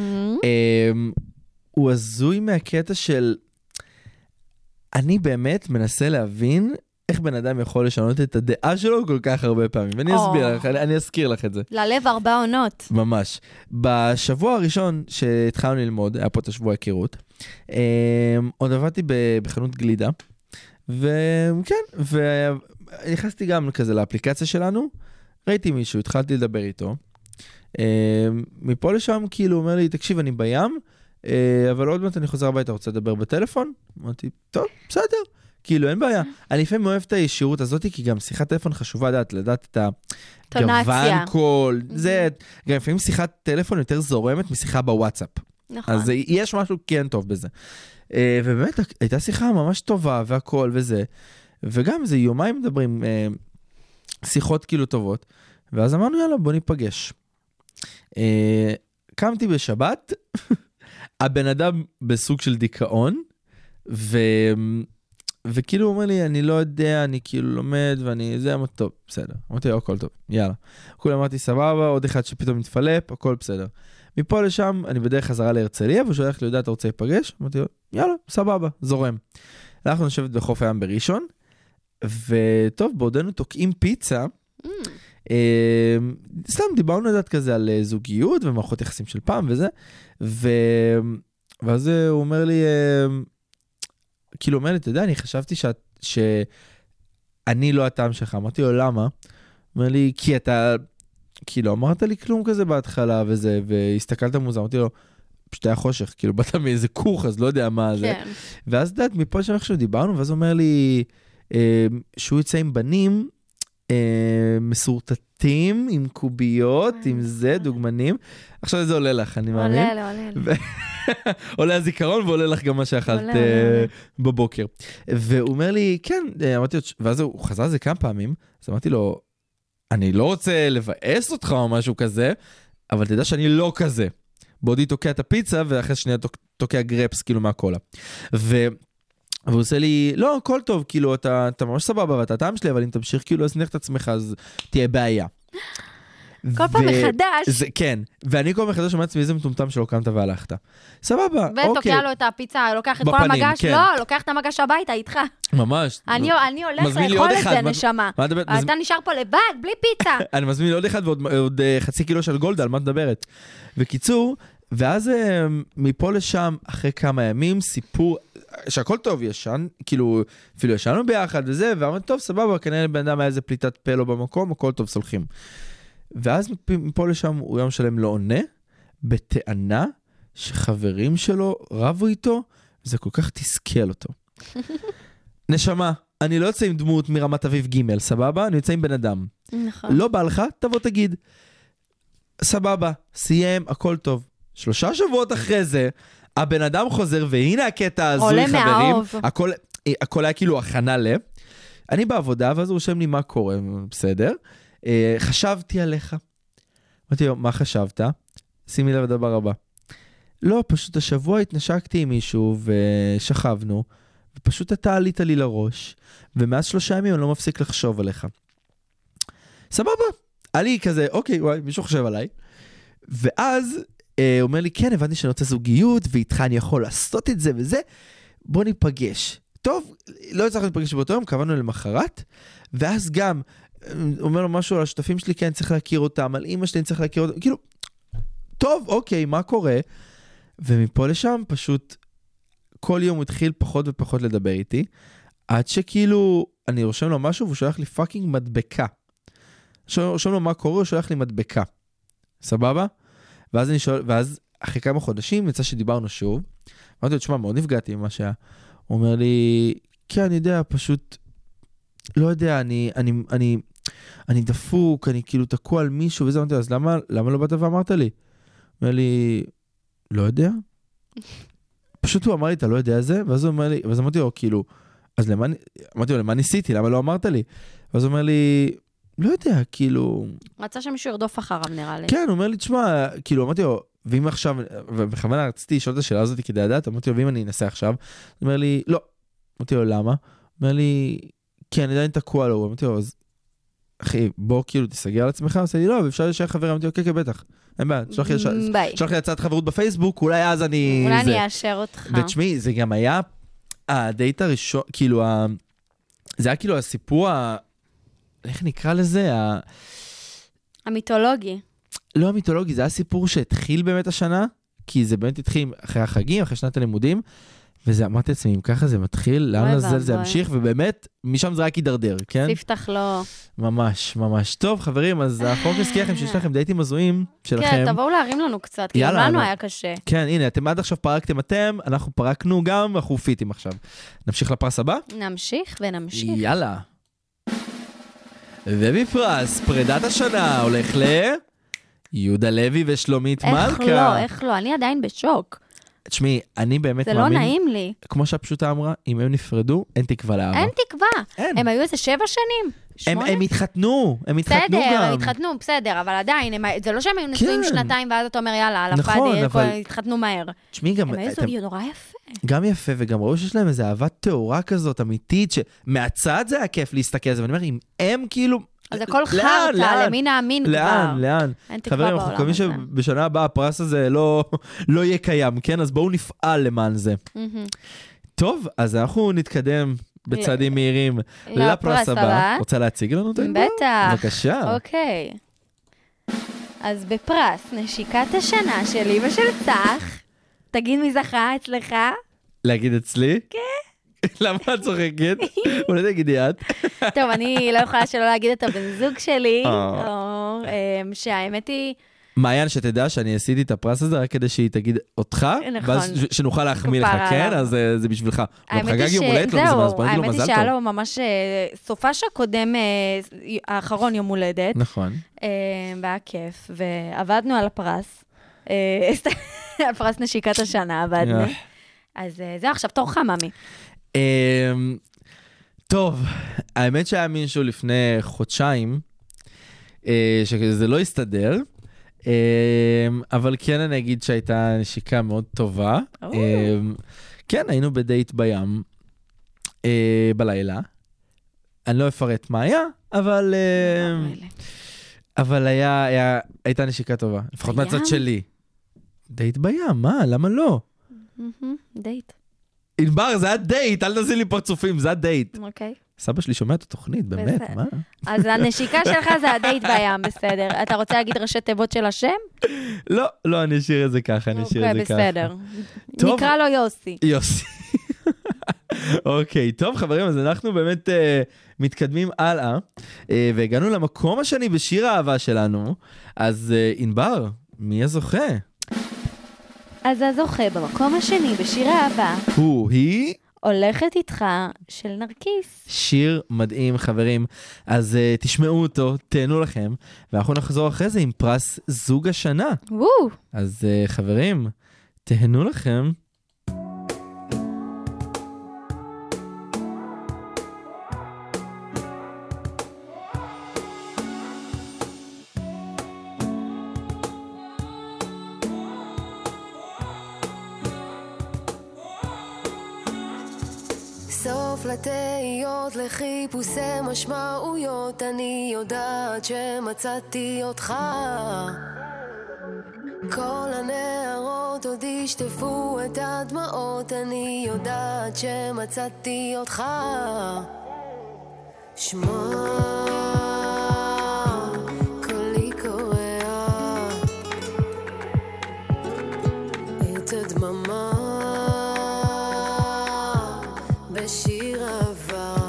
[SPEAKER 4] הוא הזוי מהקטע של... אני באמת מנסה להבין איך בן אדם יכול לשנות את הדעה שלו כל כך הרבה פעמים. ואני אסביר לך, אני אזכיר לך את זה.
[SPEAKER 5] ללב ארבע עונות.
[SPEAKER 4] ממש. בשבוע הראשון שהתחלנו ללמוד, היה פה את השבוע הכירות, עוד עבדתי בחנות גלידה, וכן, ונכנסתי גם כזה לאפליקציה שלנו, ראיתי מישהו, התחלתי לדבר איתו, מפה לשם כאילו הוא אומר לי, תקשיב, אני בים, אבל עוד מעט אני חוזר הביתה, רוצה לדבר בטלפון? אמרתי, טוב, בסדר. כאילו, אין בעיה. אני לפעמים אוהב את הישירות הזאת, כי גם שיחת טלפון חשובה לדעת, לדעת את הגוון קול. זה, גם לפעמים שיחת טלפון יותר זורמת משיחה בוואטסאפ.
[SPEAKER 5] נכון.
[SPEAKER 4] אז יש משהו כן טוב בזה. ובאמת, הייתה שיחה ממש טובה והכל וזה. וגם זה יומיים מדברים, שיחות כאילו טובות. ואז אמרנו, יאללה, בוא ניפגש. קמתי בשבת, הבן אדם בסוג של דיכאון, ו... וכאילו הוא אומר לי, אני לא יודע, אני כאילו לומד, ואני, זה אמרתי, טוב, בסדר. אמרתי לו, הכל טוב, יאללה. כולה אמרתי, סבבה, עוד אחד שפתאום מתפלפ, הכל בסדר. מפה לשם, אני בדרך חזרה להרצליה, והוא שולח לי, יודע, אתה רוצה להיפגש? אמרתי לו, יאללה, סבבה, זורם. אנחנו נשבת בחוף הים בראשון, וטוב, בעודנו תוקעים פיצה,
[SPEAKER 5] Mm.
[SPEAKER 4] אה, סתם דיברנו לדעת כזה על אה, זוגיות ומערכות יחסים של פעם וזה, ו... ואז אה, הוא אומר לי, אה, כאילו אומר לי, אתה יודע, אני חשבתי שאת, שאני לא הטעם שלך. אמרתי לו, למה? הוא אומר לי, כי אתה, כאילו, אמרת לי כלום כזה בהתחלה וזה, והסתכלת מוזר, אמרתי לו, פשוט היה חושך, כאילו, באת מאיזה כוך, אז לא יודע מה זה.
[SPEAKER 5] כן.
[SPEAKER 4] ואז דעת, מפה שם עכשיו דיברנו, ואז הוא אומר לי, אה, שהוא יצא עם בנים, אה, מסורטטים, עם קוביות, עם זה, דוגמנים. עכשיו זה עולה לך, אני מאמין.
[SPEAKER 5] עולה, עולה, עולה.
[SPEAKER 4] עולה הזיכרון ועולה לך גם מה שאכלת
[SPEAKER 5] עולה,
[SPEAKER 4] אה,
[SPEAKER 5] עולה.
[SPEAKER 4] בבוקר. והוא אומר לי, כן, אה, אמרתי לו, ואז הוא חזר על זה כמה פעמים, אז אמרתי לו, אני לא רוצה לבאס אותך או משהו כזה, אבל תדע שאני לא כזה. בעודי תוקע את הפיצה, ואחרי שנייה תוק- תוקע גרפס, כאילו, מהקולה. ו... והוא עושה לי, לא, הכל טוב, כאילו, אתה, אתה ממש סבבה, ואתה טעם שלי, אבל אם תמשיך כאילו להזניח את עצמך, אז תהיה בעיה.
[SPEAKER 5] כל פעם מחדש.
[SPEAKER 4] זה, כן, ואני כל פעם מחדש אומר לעצמי, איזה מטומטם שלא קמת והלכת. סבבה, אוקיי.
[SPEAKER 5] ותוקע לו את הפיצה, לוקח את כל
[SPEAKER 4] בפנים,
[SPEAKER 5] המגש,
[SPEAKER 4] כן.
[SPEAKER 5] לא, לוקח את המגש הביתה איתך.
[SPEAKER 4] ממש.
[SPEAKER 5] אני אני הולך
[SPEAKER 4] מזמין לי
[SPEAKER 5] לאכול
[SPEAKER 4] עוד
[SPEAKER 5] את
[SPEAKER 4] אחד,
[SPEAKER 5] זה,
[SPEAKER 4] מה-
[SPEAKER 5] נשמה.
[SPEAKER 4] מה את מדברת?
[SPEAKER 5] אתה נשאר פה לבד, בלי פיצה.
[SPEAKER 4] אני מזמין לי עוד אחד ועוד עוד, אה, חצי קילו של גולדה, על מה את מדברת? וקיצור, ואז אה, מפה לשם, אחרי כמה ימים, סיפור, שהכל טוב, ישן, כאילו, אפילו ישנו ביחד וזה, ואמרתי, טוב, סבבה, כנראה בן אדם היה איזה פליטת פלו במקום, הכל טוב, סולחים. ואז מפה לשם הוא יום שלם לא עונה, בטענה שחברים שלו רבו איתו, וזה כל כך תסכל אותו. נשמה, אני לא יוצא עם דמות מרמת אביב ג', סבבה? אני יוצא עם בן אדם.
[SPEAKER 5] נכון.
[SPEAKER 4] לא בא לך, תבוא תגיד. סבבה, סיים, הכל טוב. שלושה שבועות אחרי זה, הבן אדם חוזר, והנה הקטע הזוי,
[SPEAKER 5] עולה
[SPEAKER 4] חברים.
[SPEAKER 5] מהאוב.
[SPEAKER 4] הכל, הכל היה כאילו הכנה ל... אני בעבודה, ואז הוא רושם לי מה קורה, בסדר. אה, חשבתי עליך. אמרתי לו, מה חשבת? שימי לב לדבר הבא. לא, פשוט השבוע התנשקתי עם מישהו, ושכבנו, ופשוט אתה עלית לי לראש, ומאז שלושה ימים אני לא מפסיק לחשוב עליך. סבבה. היה לי כזה, אוקיי, וואי, מישהו חושב עליי. ואז אה, הוא אומר לי, כן, הבנתי שאני רוצה זוגיות, ואיתך אני יכול לעשות את זה וזה, בוא ניפגש. טוב, לא הצלחנו להיפגש באותו יום, קבענו למחרת, ואז גם, הוא אומר לו משהו על השותפים שלי, כן, צריך להכיר אותם, על אמא שלי צריך להכיר אותם, כאילו, טוב, אוקיי, מה קורה? ומפה לשם פשוט, כל יום הוא התחיל פחות ופחות לדבר איתי, עד שכאילו, אני רושם לו משהו, והוא שולח לי פאקינג מדבקה. רושם לו מה קורה, הוא שולח לי מדבקה. סבבה? ואז אני שואל, ואז אחרי כמה חודשים, יצא שדיברנו שוב, אמרתי לו, תשמע, מאוד נפגעתי ממה שהיה. הוא אומר לי, כן, אני יודע, פשוט, לא יודע, אני, אני, אני, אני דפוק, אני כאילו תקוע על מישהו, וזה אמרתי לו, אז למה, למה לא באת ואמרת לי? הוא אומר לי, לא יודע. פשוט הוא אמר לי, אתה לא יודע זה? ואז הוא אומר לי, ואז אמרתי לו, כאילו, אז למה, אמרתי לו, למה ניסיתי? למה לא אמרת לי? ואז הוא אומר לי, לא יודע, כאילו...
[SPEAKER 5] רצה שמישהו ירדוף אחריו, נראה לי.
[SPEAKER 4] כן, הוא אומר לי, תשמע, כאילו, אמרתי לו, ואם עכשיו, ובכוונה רציתי לשאול את השאלה הזאת כדי לדעת, אמרתי לו, ואם אני אנסה עכשיו? הוא אומר לי, לא. אמרתי לו, למה? הוא אומר לי, כן, אני עדיין תקוע לו. אמרתי לו, אז, אחי, בוא כאילו תסגר על עצמך, עושה לי, לא, ואפשר לשאר חבר, אמרתי לו, כן, כן, בטח. אין בעיה, שלח לי הצעת חברות בפייסבוק, אולי אז אני...
[SPEAKER 5] אולי אני אאשר אותך.
[SPEAKER 4] ותשמעי, זה גם היה הדייט הראשון, כאילו, זה היה כאילו הסיפור, איך נקרא לזה?
[SPEAKER 5] המיתולוגי.
[SPEAKER 4] לא המיתולוגי, זה היה סיפור שהתחיל באמת השנה, כי זה באמת התחיל אחרי החגים, אחרי שנת הלימודים, וזה אמרתי לעצמי, אם ככה זה מתחיל, לאן לזה זה ימשיך, ובאמת, משם זה רק יידרדר, כן?
[SPEAKER 5] ספתח לא...
[SPEAKER 4] ממש, ממש. טוב, חברים, אז החוק נזכיר לכם שיש לכם דייטים הזויים שלכם.
[SPEAKER 5] כן, תבואו להרים לנו קצת, כי לנו היה קשה.
[SPEAKER 4] כן, הנה, אתם עד עכשיו פרקתם אתם, אנחנו פרקנו גם, אנחנו פיטים עכשיו. נמשיך לפרס הבא?
[SPEAKER 5] נמשיך ונמשיך.
[SPEAKER 4] יאללה. ובפרס, פרידת השנה, הולך ל... יהודה לוי ושלומית מלכה.
[SPEAKER 5] איך לא, איך לא, אני עדיין בשוק.
[SPEAKER 4] תשמעי, אני באמת
[SPEAKER 5] זה
[SPEAKER 4] מאמין...
[SPEAKER 5] לא נעים לי.
[SPEAKER 4] כמו שהפשוטה אמרה, אם הם נפרדו, אין תקווה לאהבה.
[SPEAKER 5] אין תקווה.
[SPEAKER 4] אין.
[SPEAKER 5] הם היו איזה שבע שנים.
[SPEAKER 4] הם, הם התחתנו, הם התחתנו
[SPEAKER 5] בסדר,
[SPEAKER 4] גם.
[SPEAKER 5] הם התחתנו, בסדר, אבל עדיין, הם, זה לא שהם היו נשואים
[SPEAKER 4] כן.
[SPEAKER 5] שנתיים, ואז אתה אומר, יאללה, על
[SPEAKER 4] נכון,
[SPEAKER 5] הפאדי,
[SPEAKER 4] אבל...
[SPEAKER 5] התחתנו מהר.
[SPEAKER 4] תשמעי גם...
[SPEAKER 5] הם היו
[SPEAKER 4] אתם...
[SPEAKER 5] זוגיות נורא יפה.
[SPEAKER 4] גם יפה, וגם ראו שיש להם איזו אהבה תאורה כזאת, אמיתית, שמהצד זה היה כיף להסתכל על זה, ואני אומר, אם הם כאילו...
[SPEAKER 5] אז הכל חרטה, למי נאמין כבר.
[SPEAKER 4] לאן, לאן?
[SPEAKER 5] אין תקווה
[SPEAKER 4] חברים,
[SPEAKER 5] בעולם
[SPEAKER 4] אנחנו מקווים
[SPEAKER 5] הזה.
[SPEAKER 4] שבשנה הבאה הפרס הזה לא לא יהיה קיים, כן? אז בואו נפעל למען זה. טוב, אז אנחנו נתקדם בצעדים מהירים לפרס הבא. רוצה להציג לנו את העניין?
[SPEAKER 5] בטח.
[SPEAKER 4] בבקשה.
[SPEAKER 5] אוקיי. אז בפרס נשיקת השנה שלי ושל צח, תגיד מי זכה אצלך?
[SPEAKER 4] להגיד אצלי? כן. למה את צוחקת? אולי תגידי את.
[SPEAKER 5] טוב, אני לא יכולה שלא להגיד את הבן זוג שלי, או, אמ, שהאמת היא...
[SPEAKER 4] מעיין, שתדע שאני עשיתי את הפרס הזה רק כדי שהיא תגיד אותך,
[SPEAKER 5] נכון.
[SPEAKER 4] ואז ש- שנוכל להחמיא לך,
[SPEAKER 5] כפרה
[SPEAKER 4] כן?
[SPEAKER 5] עליו.
[SPEAKER 4] אז אה, זה בשבילך. גם
[SPEAKER 5] האמת
[SPEAKER 4] חגג
[SPEAKER 5] היא
[SPEAKER 4] יום הולדת לא מזמן, אז בוא נגיד לו
[SPEAKER 5] האמת היא
[SPEAKER 4] מזל
[SPEAKER 5] שהיה
[SPEAKER 4] טוב.
[SPEAKER 5] לו ממש אה, סופש הקודם, אה, האחרון יום הולדת,
[SPEAKER 4] נכון.
[SPEAKER 5] אה, והיה כיף, ועבדנו על הפרס, אה, על פרס נשיקת השנה עבדנו.
[SPEAKER 4] אה.
[SPEAKER 5] אז אה, זהו, עכשיו תורך, ממי.
[SPEAKER 4] אמ, טוב, האמת שהיה מישהו לפני חודשיים, אה, שזה לא הסתדר, אמ, אבל כן אני אגיד שהייתה נשיקה מאוד טובה.
[SPEAKER 5] או.
[SPEAKER 4] אמ, כן, היינו בדייט בים, אה, בלילה. אני לא אפרט מה היה, אבל אמ, אבל היה, היה, הייתה נשיקה טובה, לפחות
[SPEAKER 5] בים?
[SPEAKER 4] מהצד שלי. דייט בים, מה? למה לא?
[SPEAKER 5] מהמם, דייט,
[SPEAKER 4] ענבר, זה היה דייט, אל תעשי לי פרצופים, זה היה דייט.
[SPEAKER 5] אוקיי.
[SPEAKER 4] סבא שלי שומע את התוכנית, באמת,
[SPEAKER 5] בסדר.
[SPEAKER 4] מה?
[SPEAKER 5] אז הנשיקה שלך זה הדייט בים, בסדר. אתה רוצה להגיד ראשי תיבות של השם?
[SPEAKER 4] לא, לא, אני אשאיר את זה ככה, אני אשאיר את
[SPEAKER 5] אוקיי,
[SPEAKER 4] זה ככה.
[SPEAKER 5] בסדר.
[SPEAKER 4] טוב.
[SPEAKER 5] נקרא לו יוסי.
[SPEAKER 4] יוסי. אוקיי, טוב חברים, אז אנחנו באמת אה, מתקדמים הלאה, אה, והגענו למקום השני בשיר האהבה שלנו, אז אה, ענבר, מי הזוכה?
[SPEAKER 5] אז הזוכה במקום השני בשיר האהבה,
[SPEAKER 4] הוא, היא...
[SPEAKER 5] הולכת איתך של נרקיס.
[SPEAKER 4] שיר מדהים, חברים. אז uh, תשמעו אותו, תהנו לכם, ואנחנו נחזור אחרי זה עם פרס זוג השנה.
[SPEAKER 5] וואו.
[SPEAKER 4] אז uh, חברים, תהנו לכם.
[SPEAKER 7] סוף לתהיות לחיפושי משמעויות, אני יודעת שמצאתי אותך. כל הנערות עוד ישטפו את הדמעות, אני יודעת שמצאתי אותך. שמע קולי קורע את הדממה בשיר אהבה,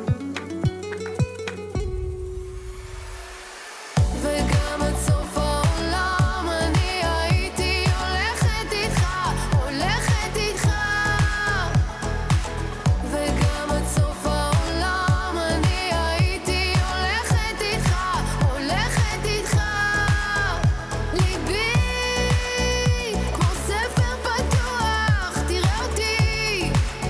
[SPEAKER 7] וגם עד סוף העולם אני הייתי הולכת איתך, הולכת איתך, וגם עד סוף העולם אני הייתי הולכת איתך, הולכת איתך. ליבי כמו ספר פתוח, תראה אותי,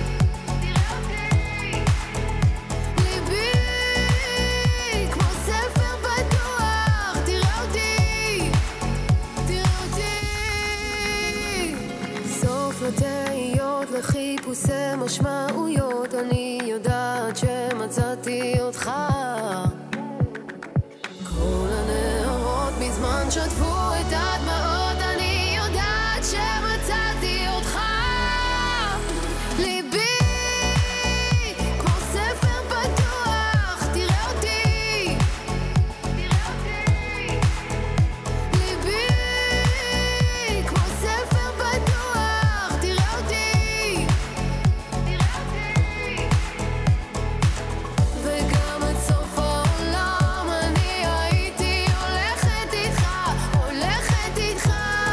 [SPEAKER 7] ליבי כמו ספר פתוח, תראה אותי, תראה אותי. סוף לתהיות לחיפושי משמעויות, אני יודעת שמצאתי אותך. כל הנערות מזמן שטפו את הדמעות, אני יודעת שמצאתי אותך. ליבי כמו ספר פתוח, תראה אותי, ליבי כמו ספר פתוח, תראה אותי, וגם עד סוף העולם אני הייתי הולכת איתך, הולכת איתך,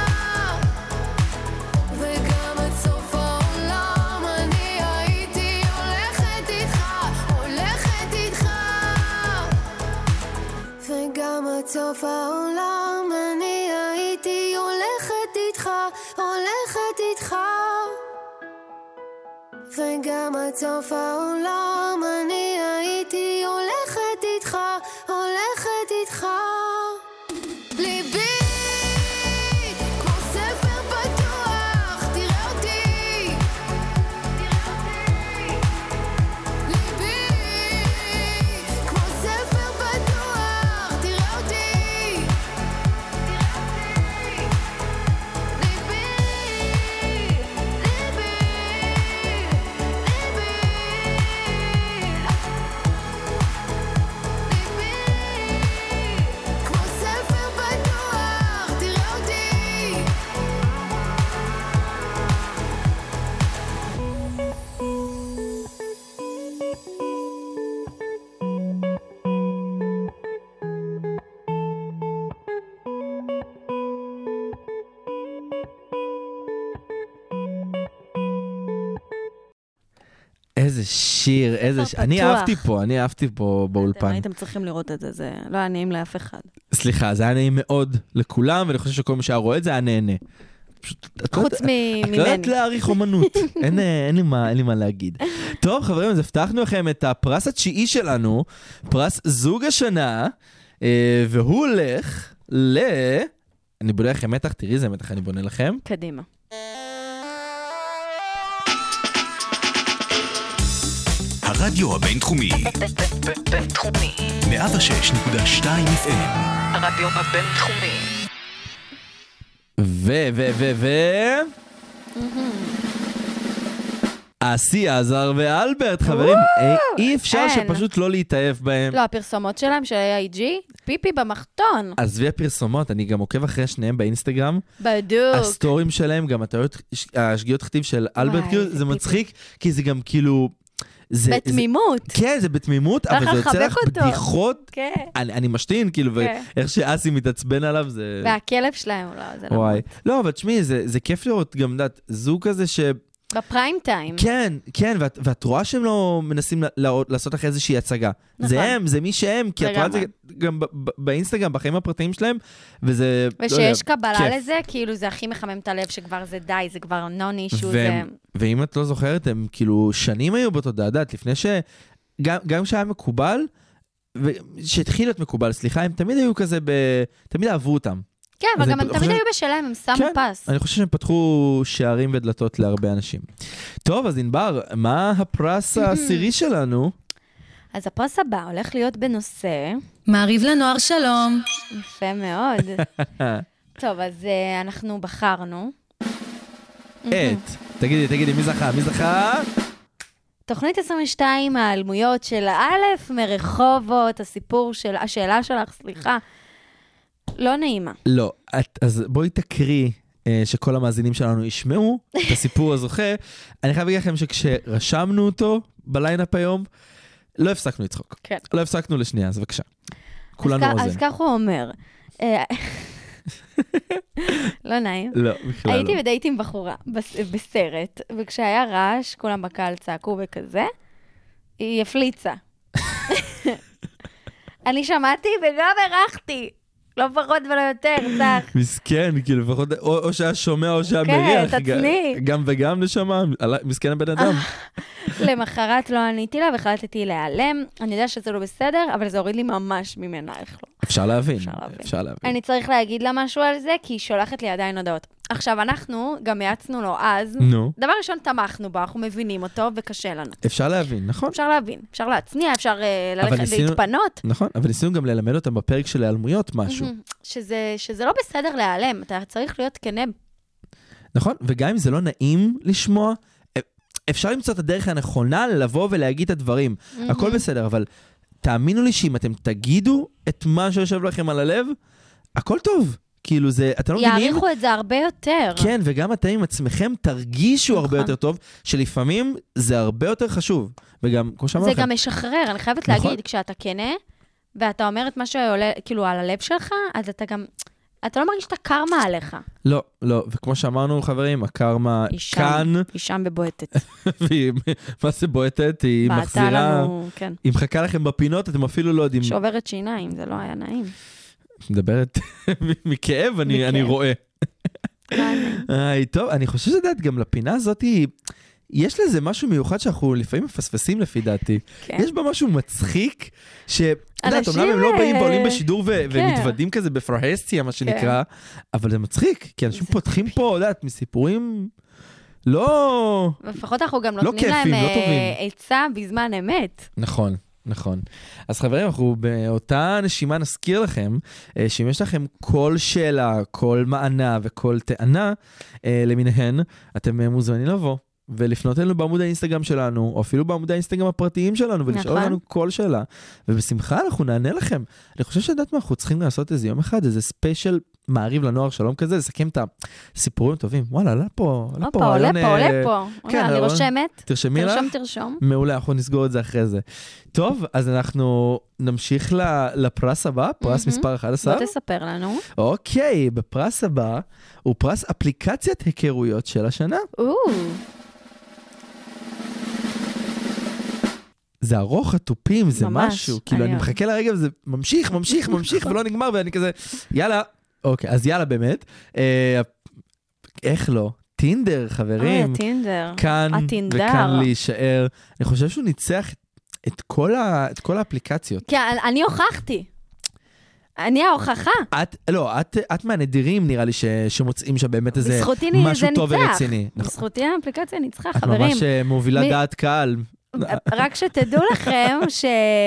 [SPEAKER 7] וגם עד סוף העולם אני הייתי הולכת איתך, הולכת איתך, וגם עד סוף העולם אני הייתי הולכת איתך, הולכת איתך, וגם עד סוף העולם אני הייתי הולכת איתך, הולכת איתך. ליבי כמו ספר פתוח, תראה אותי,
[SPEAKER 4] איזה שיר, איזה שיר. אני
[SPEAKER 5] פתוח.
[SPEAKER 4] אהבתי פה, אני אהבתי פה
[SPEAKER 8] אתם
[SPEAKER 4] באולפן.
[SPEAKER 8] הייתם צריכים לראות את זה, זה לא היה נעים לאף אחד.
[SPEAKER 4] סליחה, זה היה נעים מאוד לכולם, ואני חושב שכל מי שהיה רואה את זה היה נהנה. פשוט, את לא
[SPEAKER 5] חוץ
[SPEAKER 4] יודעת- את
[SPEAKER 5] ממני.
[SPEAKER 4] לא יודעת להעריך אומנות, אין, אה, אין, לי מה, אין לי מה להגיד. טוב חברים, אז הבטחנו לכם את הפרס התשיעי שלנו, פרס זוג השנה, אה, והוא הולך ל... אני בונה לכם מתח, תראי איזה מתח אני בונה לכם.
[SPEAKER 8] קדימה.
[SPEAKER 1] הרדיו הבינתחומי,
[SPEAKER 2] בינתחומי.
[SPEAKER 1] מאה ושש נקודה שתיים אף אם.
[SPEAKER 2] הרדיו הבינתחומי.
[SPEAKER 4] ו... ו... ו... ו... אסי עזר ואלברט, חברים, אי- אי אפשר
[SPEAKER 5] אין.
[SPEAKER 4] שפשוט לא להתאהב בהם.
[SPEAKER 5] לא, הפרסומות שלהם של איי ג'י, פיפי במחתון.
[SPEAKER 4] עזבי הפרסומות, אני גם עוקב אחרי שניהם באינסטגרם.
[SPEAKER 5] בדיוק.
[SPEAKER 4] הסטורים שלהם, גם הטעויות, השגיאות כתיב של אלברט,
[SPEAKER 5] וואי,
[SPEAKER 4] כאילו,
[SPEAKER 5] זה
[SPEAKER 4] זה
[SPEAKER 5] פיפי.
[SPEAKER 4] מצחיק, כי זה גם כאילו... זה-
[SPEAKER 5] בתמימות.
[SPEAKER 4] זה- כן, זה בתמימות,
[SPEAKER 5] צריך
[SPEAKER 4] אבל זה יוצא
[SPEAKER 5] לחבק
[SPEAKER 4] לך
[SPEAKER 5] אותו.
[SPEAKER 4] בדיחות.
[SPEAKER 5] כן.
[SPEAKER 4] אני אני משתין, כאילו,
[SPEAKER 5] כן.
[SPEAKER 4] ואיך שאסי מתעצבן עליו, זה...
[SPEAKER 5] והכלב שלהם, לא, זה לא...
[SPEAKER 4] וואי. לא, אבל תשמעי, זה זה כיף לראות גם, דעת, זוג כזה ש...
[SPEAKER 5] בפריים טיים.
[SPEAKER 4] כן, כן, ואת, ואת רואה שהם לא מנסים ל- ל- לעשות לך איזושהי הצגה.
[SPEAKER 5] נכון.
[SPEAKER 4] זה הם, זה מי שהם, כי את רואה את זה
[SPEAKER 5] לגמרי.
[SPEAKER 4] גם ב- ב- באינסטגרם, בחיים הפרטיים שלהם, וזה... לא יודע,
[SPEAKER 5] ושיש קבלה
[SPEAKER 4] כיף.
[SPEAKER 5] לזה, כאילו זה הכי מחמם את הלב שכבר זה די, זה כבר נון אישו,
[SPEAKER 4] ו-
[SPEAKER 5] זה...
[SPEAKER 4] ואם את לא זוכרת, הם כאילו שנים היו בתודעה, יודעת, לפני ש... גם, גם כשהיה מקובל, שהתחיל להיות מקובל, סליחה, הם תמיד היו כזה ב... תמיד אהבו אותם.
[SPEAKER 5] כן,
[SPEAKER 4] אז
[SPEAKER 5] אבל
[SPEAKER 4] אני
[SPEAKER 5] גם הם
[SPEAKER 4] חושב-
[SPEAKER 5] תמיד היו בשלהם, הם שמו
[SPEAKER 4] כן,
[SPEAKER 5] פס.
[SPEAKER 4] אני חושב שהם פתחו שערים ודלתות להרבה אנשים. טוב, אז ענבר, מה הפרס העשירי שלנו?
[SPEAKER 5] אז הפרס הבא הולך להיות בנושא,
[SPEAKER 3] מעריב לנוער שלום.
[SPEAKER 5] יפה מאוד. טוב, אז uh, אנחנו בחרנו.
[SPEAKER 4] את. תגידי, תגידי, מי זכה? מי זכה?
[SPEAKER 5] תוכנית עשרים ושתיים, העלמויות של א' מרחובות, הסיפור של, השאלה שלך, סליחה, לא נעימה.
[SPEAKER 4] לא, את, אז בואי תקריא אה, שכל המאזינים שלנו ישמעו את הסיפור הזוכה. אני חייב להגיד לכם שכשרשמנו אותו בליינאפ היום, לא הפסקנו לצחוק.
[SPEAKER 5] כן.
[SPEAKER 4] לא הפסקנו לשנייה, אז בבקשה. כולנו
[SPEAKER 5] אז, כ-
[SPEAKER 4] אוזן.
[SPEAKER 5] אז כך הוא אומר. אה, לא נעים.
[SPEAKER 4] לא, בכלל
[SPEAKER 5] הייתי
[SPEAKER 4] לא.
[SPEAKER 5] בדייט עם בחורה בס- בסרט, וכשהיה רעש, כולם בקהל צעקו וכזה, היא הפליצה. אני שמעתי וגם הרחתי. לא פחות ולא יותר, צח.
[SPEAKER 4] מסכן, כאילו לפחות, או, או שהיה שומע או שהיה
[SPEAKER 5] כן,
[SPEAKER 4] מריח.
[SPEAKER 5] תצניק.
[SPEAKER 4] ג- גם וגם נשמה, עלה- מסכן הבן אדם.
[SPEAKER 5] למחרת לא עניתי לה והחלטתי להיעלם. אני יודע שזה לא בסדר, אבל זה הוריד לי ממש ממנה, איך לא.
[SPEAKER 4] אפשר להבין,
[SPEAKER 5] אפשר להבין.
[SPEAKER 4] אפשר להבין.
[SPEAKER 5] אני צריך להגיד לה משהו על זה, כי היא שולחת לי עדיין הודעות. עכשיו, אנחנו גם יעצנו לו אז,
[SPEAKER 4] נו,
[SPEAKER 5] דבר ראשון, תמכנו בו, אנחנו מבינים אותו וקשה לנו.
[SPEAKER 4] אפשר להבין, נכון?
[SPEAKER 5] אפשר להבין, אפשר להצניע, אפשר אה,
[SPEAKER 4] אבל
[SPEAKER 5] ללכת
[SPEAKER 4] ניסינו-
[SPEAKER 5] להתפנות.
[SPEAKER 4] נכון, אבל ניסינו גם ללמד אותם בפרק של העלמויות משהו.
[SPEAKER 5] שזה, שזה לא בסדר להיעלם, אתה צריך להיות כנה.
[SPEAKER 4] נכון, וגם אם זה לא נעים לשמוע, אפשר למצוא את הדרך הנכונה לבוא ולהגיד את הדברים. הכל בסדר, אבל תאמינו לי שאם אתם תגידו את מה שיושב לכם על הלב, הכל טוב. כאילו זה, אתם לא מבינים?
[SPEAKER 5] יעריכו את זה הרבה יותר.
[SPEAKER 4] כן, וגם אתם עם עצמכם תרגישו הרבה
[SPEAKER 5] נכון.
[SPEAKER 4] יותר טוב, שלפעמים זה הרבה יותר חשוב. וגם, כמו שאמר
[SPEAKER 5] זה
[SPEAKER 4] לכם,
[SPEAKER 5] גם משחרר, אני חייבת
[SPEAKER 4] נכון.
[SPEAKER 5] להגיד, כשאתה כנה, ואתה אומר את מה שעולה, כאילו, על הלב שלך, אז אתה גם, אתה לא מרגיש את הקרמה עליך.
[SPEAKER 4] לא, לא, וכמו שאמרנו חברים, הקרמה
[SPEAKER 5] היא שם,
[SPEAKER 4] כאן,
[SPEAKER 5] היא שם בבועטת.
[SPEAKER 4] והיא, מה זה בועטת? היא
[SPEAKER 5] בעטה
[SPEAKER 4] מחזירה,
[SPEAKER 5] לנו, כן.
[SPEAKER 4] היא מחכה לכם בפינות, אתם אפילו לא יודעים.
[SPEAKER 5] שוברת שיניים, זה לא היה נעים.
[SPEAKER 4] מדברת מכאב, אני,
[SPEAKER 5] מכאב.
[SPEAKER 4] אני רואה.
[SPEAKER 5] מעניין.
[SPEAKER 4] איי, טוב, אני חושב שדעת, גם לפינה הזאת, יש לזה משהו מיוחד שאנחנו לפעמים מפספסים לפי דעתי.
[SPEAKER 5] כן.
[SPEAKER 4] יש בה משהו מצחיק, ש... את יודעת,
[SPEAKER 5] אנשים,
[SPEAKER 4] אומנם הם לא באים
[SPEAKER 5] אה,
[SPEAKER 4] ועולים בשידור ו-
[SPEAKER 5] כן.
[SPEAKER 4] ומתוודים כזה בפרהסטיה, מה שנקרא, אבל זה מצחיק, כי אנשים
[SPEAKER 5] זה
[SPEAKER 4] פותחים פה, יודעת, מסיפורים לא...
[SPEAKER 5] לפחות אנחנו גם
[SPEAKER 4] לא
[SPEAKER 5] נותנים להם
[SPEAKER 4] כיפים, לא
[SPEAKER 5] אה,
[SPEAKER 4] טובים.
[SPEAKER 5] עצה בזמן אמת.
[SPEAKER 4] נכון, נכון. אז חברים, אנחנו באותה נשימה נזכיר לכם, אה, שאם יש לכם כל שאלה, כל מענה וכל טענה אה, למיניהן, אתם אה, מוזמנים לבוא ולפנות אלינו בעמוד האינסטגרם שלנו, או אפילו בעמוד האינסטגרם הפרטיים שלנו, ולשאול
[SPEAKER 5] נכון.
[SPEAKER 4] לנו כל שאלה, ובשמחה אנחנו נענה לכם. אני חושב שדעת מה, אנחנו צריכים לעשות איזה יום אחד, איזה ספיישל מעריב לנוער שלום כזה, לסכם את הסיפורים הטובים. וואלה, עלה פה, עלה
[SPEAKER 5] הופה,
[SPEAKER 4] פה.
[SPEAKER 5] עולה
[SPEAKER 4] רעיון,
[SPEAKER 5] פה, עולה
[SPEAKER 4] אה,
[SPEAKER 5] פה.
[SPEAKER 4] כן,
[SPEAKER 5] אני
[SPEAKER 4] אבל-
[SPEAKER 5] רושמת.
[SPEAKER 4] תרשמי לך?
[SPEAKER 5] תרשום, תרשום.
[SPEAKER 4] מעולה, אנחנו נסגור את זה אחרי זה. טוב, אז אנחנו נמשיך ל- לפרס הבא, פרס
[SPEAKER 5] מהמם.
[SPEAKER 4] מספר אחת עשר.
[SPEAKER 5] בוא תספר לנו.
[SPEAKER 4] אוקיי, בפרס הבא הוא פרס אפליקציית היכרויות של השנה.
[SPEAKER 5] או,
[SPEAKER 4] זה ארוך התופים, זה
[SPEAKER 8] ממש,
[SPEAKER 4] משהו. כאילו,
[SPEAKER 8] אני
[SPEAKER 4] אני מחכה לרגע וזה ממשיך, ממשיך, ממשיך, ולא נגמר, ואני כזה, יאללה. אוקיי, אז יאללה באמת. אה, איך לא? טינדר, חברים.
[SPEAKER 8] אוי, הטינדר.
[SPEAKER 4] כאן
[SPEAKER 8] הטינדר.
[SPEAKER 4] וכאן להישאר. אני חושב שהוא ניצח את כל ה- את כל האפליקציות.
[SPEAKER 8] כן, אני הוכחתי. אני ההוכחה.
[SPEAKER 4] את, לא, את, את מהנדירים נראה לי ש, שמוצאים שם באמת איזה
[SPEAKER 8] בזכותי אני-
[SPEAKER 4] משהו
[SPEAKER 8] זה
[SPEAKER 4] טוב
[SPEAKER 8] ניצח.
[SPEAKER 4] ורציני. נכון.
[SPEAKER 8] בזכותי האפליקציה ניצחה,
[SPEAKER 4] את
[SPEAKER 8] חברים.
[SPEAKER 4] ממש אה, מובילה
[SPEAKER 8] מי-
[SPEAKER 4] דעת קהל.
[SPEAKER 8] רק שתדעו לכם ש...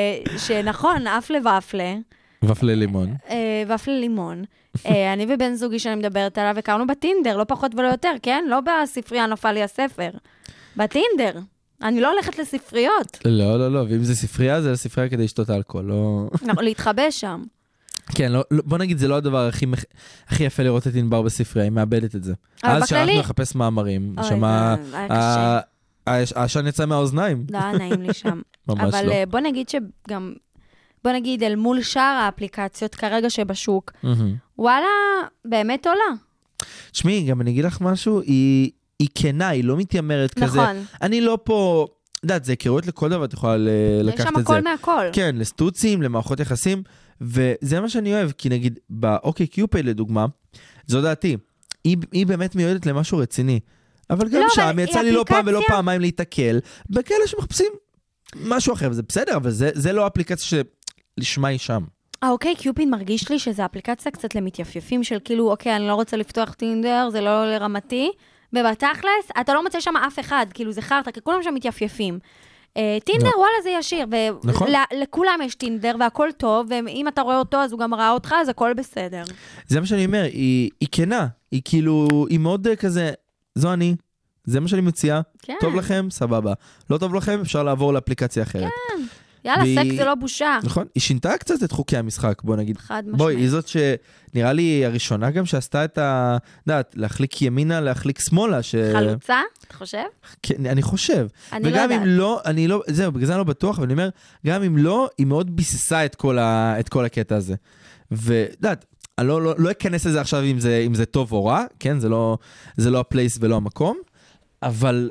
[SPEAKER 8] שנכון, אפלה ואפלה,
[SPEAKER 4] ופלי לימון.
[SPEAKER 8] אה, ואפלה לימון, אה, אני ובן זוגי שאני מדברת עליו, הכרנו בטינדר, לא פחות ולא יותר, כן? לא בספרייה נפל לי הספר. בטינדר. אני לא הולכת לספריות.
[SPEAKER 4] לא, לא, לא, ואם זה ספרייה, זה ספרייה כדי לשתות אלכוהול, לא...
[SPEAKER 8] לא, להתחבא שם.
[SPEAKER 4] כן, לא, לא, בוא נגיד, זה לא הדבר הכי, מח- הכי יפה לראות את ענבר בספרייה, היא מאבדת את זה.
[SPEAKER 8] אבל
[SPEAKER 4] אז
[SPEAKER 8] בכללי-
[SPEAKER 4] שהלכנו לחפש מאמרים,
[SPEAKER 8] אוי,
[SPEAKER 4] שמה...
[SPEAKER 8] זה היה קשה.
[SPEAKER 4] העשן יצא מהאוזניים.
[SPEAKER 8] לא היה נעים לי שם.
[SPEAKER 4] ממש
[SPEAKER 8] אבל
[SPEAKER 4] לא.
[SPEAKER 8] אה, בוא נגיד שגם, בוא נגיד אל מול שאר האפליקציות כרגע שבשוק,
[SPEAKER 4] מהמם.
[SPEAKER 8] וואלה, באמת עולה.
[SPEAKER 4] תשמעי, גם אני אגיד לך משהו, היא, היא כנה, היא לא מתיימרת כזה.
[SPEAKER 8] נכון.
[SPEAKER 4] אני לא פה, את יודעת, זה היכרויות לכל דבר, את יכולה ל-
[SPEAKER 8] יש
[SPEAKER 4] לקחת
[SPEAKER 8] שם
[SPEAKER 4] את זה.
[SPEAKER 8] הכל מהכל.
[SPEAKER 4] כן, לסטוצים, למערכות יחסים, וזה מה שאני אוהב, כי נגיד, באוקיי קיופיד לדוגמה, זו דעתי, היא, היא באמת מיועדת למשהו רציני. אבל גם
[SPEAKER 8] לא,
[SPEAKER 4] שם
[SPEAKER 8] אבל
[SPEAKER 4] יצא
[SPEAKER 8] היא
[SPEAKER 4] לי לא פעם ולא
[SPEAKER 8] אפליקציה-
[SPEAKER 4] פעמיים להתקל, בכאלה שמחפשים משהו אחר, וזה בסדר, אבל זה, זה לא אפליקציה שלשמה היא שם.
[SPEAKER 8] האוקיי, קיופיד מרגיש לי שזו אפליקציה קצת למתייפייפים של כאילו, אוקיי, אני לא רוצה לפתוח טינדר, זה לא לרמתי, ובתכלס, אתה לא מוצא שם אף אחד, כאילו זה חרטה, כי כולם שם מתייפייפים. אה, טינדר,
[SPEAKER 4] לא.
[SPEAKER 8] וואלה, זה ישיר,
[SPEAKER 4] נכון.
[SPEAKER 8] ולכולם יש טינדר, והכל טוב, ואם אתה רואה אותו, אז הוא גם ראה אותך, אז הכל בסדר.
[SPEAKER 4] זה מה שאני אומר, היא, היא כנה, היא כאילו, היא מאוד אה, כזה, זו אני, זה מה שאני מציעה,
[SPEAKER 8] כן.
[SPEAKER 4] טוב לכם, סבבה. לא טוב לכם, אפשר לעבור לאפליקציה אחרת.
[SPEAKER 8] יאללה,
[SPEAKER 4] והיא-
[SPEAKER 8] סקס זה לא בושה.
[SPEAKER 4] נכון? היא שינתה קצת את חוקי המשחק, בוא נגיד.
[SPEAKER 8] חד
[SPEAKER 4] בואי,
[SPEAKER 8] משמעית.
[SPEAKER 4] היא זאת שנראה לי הראשונה גם שעשתה את ה... יודעת, להחליק ימינה, להחליק שמאלה. ש...
[SPEAKER 8] חלוצה, אתה חושב?
[SPEAKER 4] כן, אני חושב.
[SPEAKER 8] אני לא
[SPEAKER 4] וגם אם
[SPEAKER 8] יודעת.
[SPEAKER 4] לא, אני לא, זהו, בגלל זה אני לא בטוח, אבל אני אומר, גם אם לא, היא מאוד ביססה את כל, ה... את כל הקטע הזה. ויודעת, אני לא, לא, לא אכנס לזה עכשיו אם זה, אם זה טוב או רע, כן? זה לא, זה לא הפלייס ולא המקום, אבל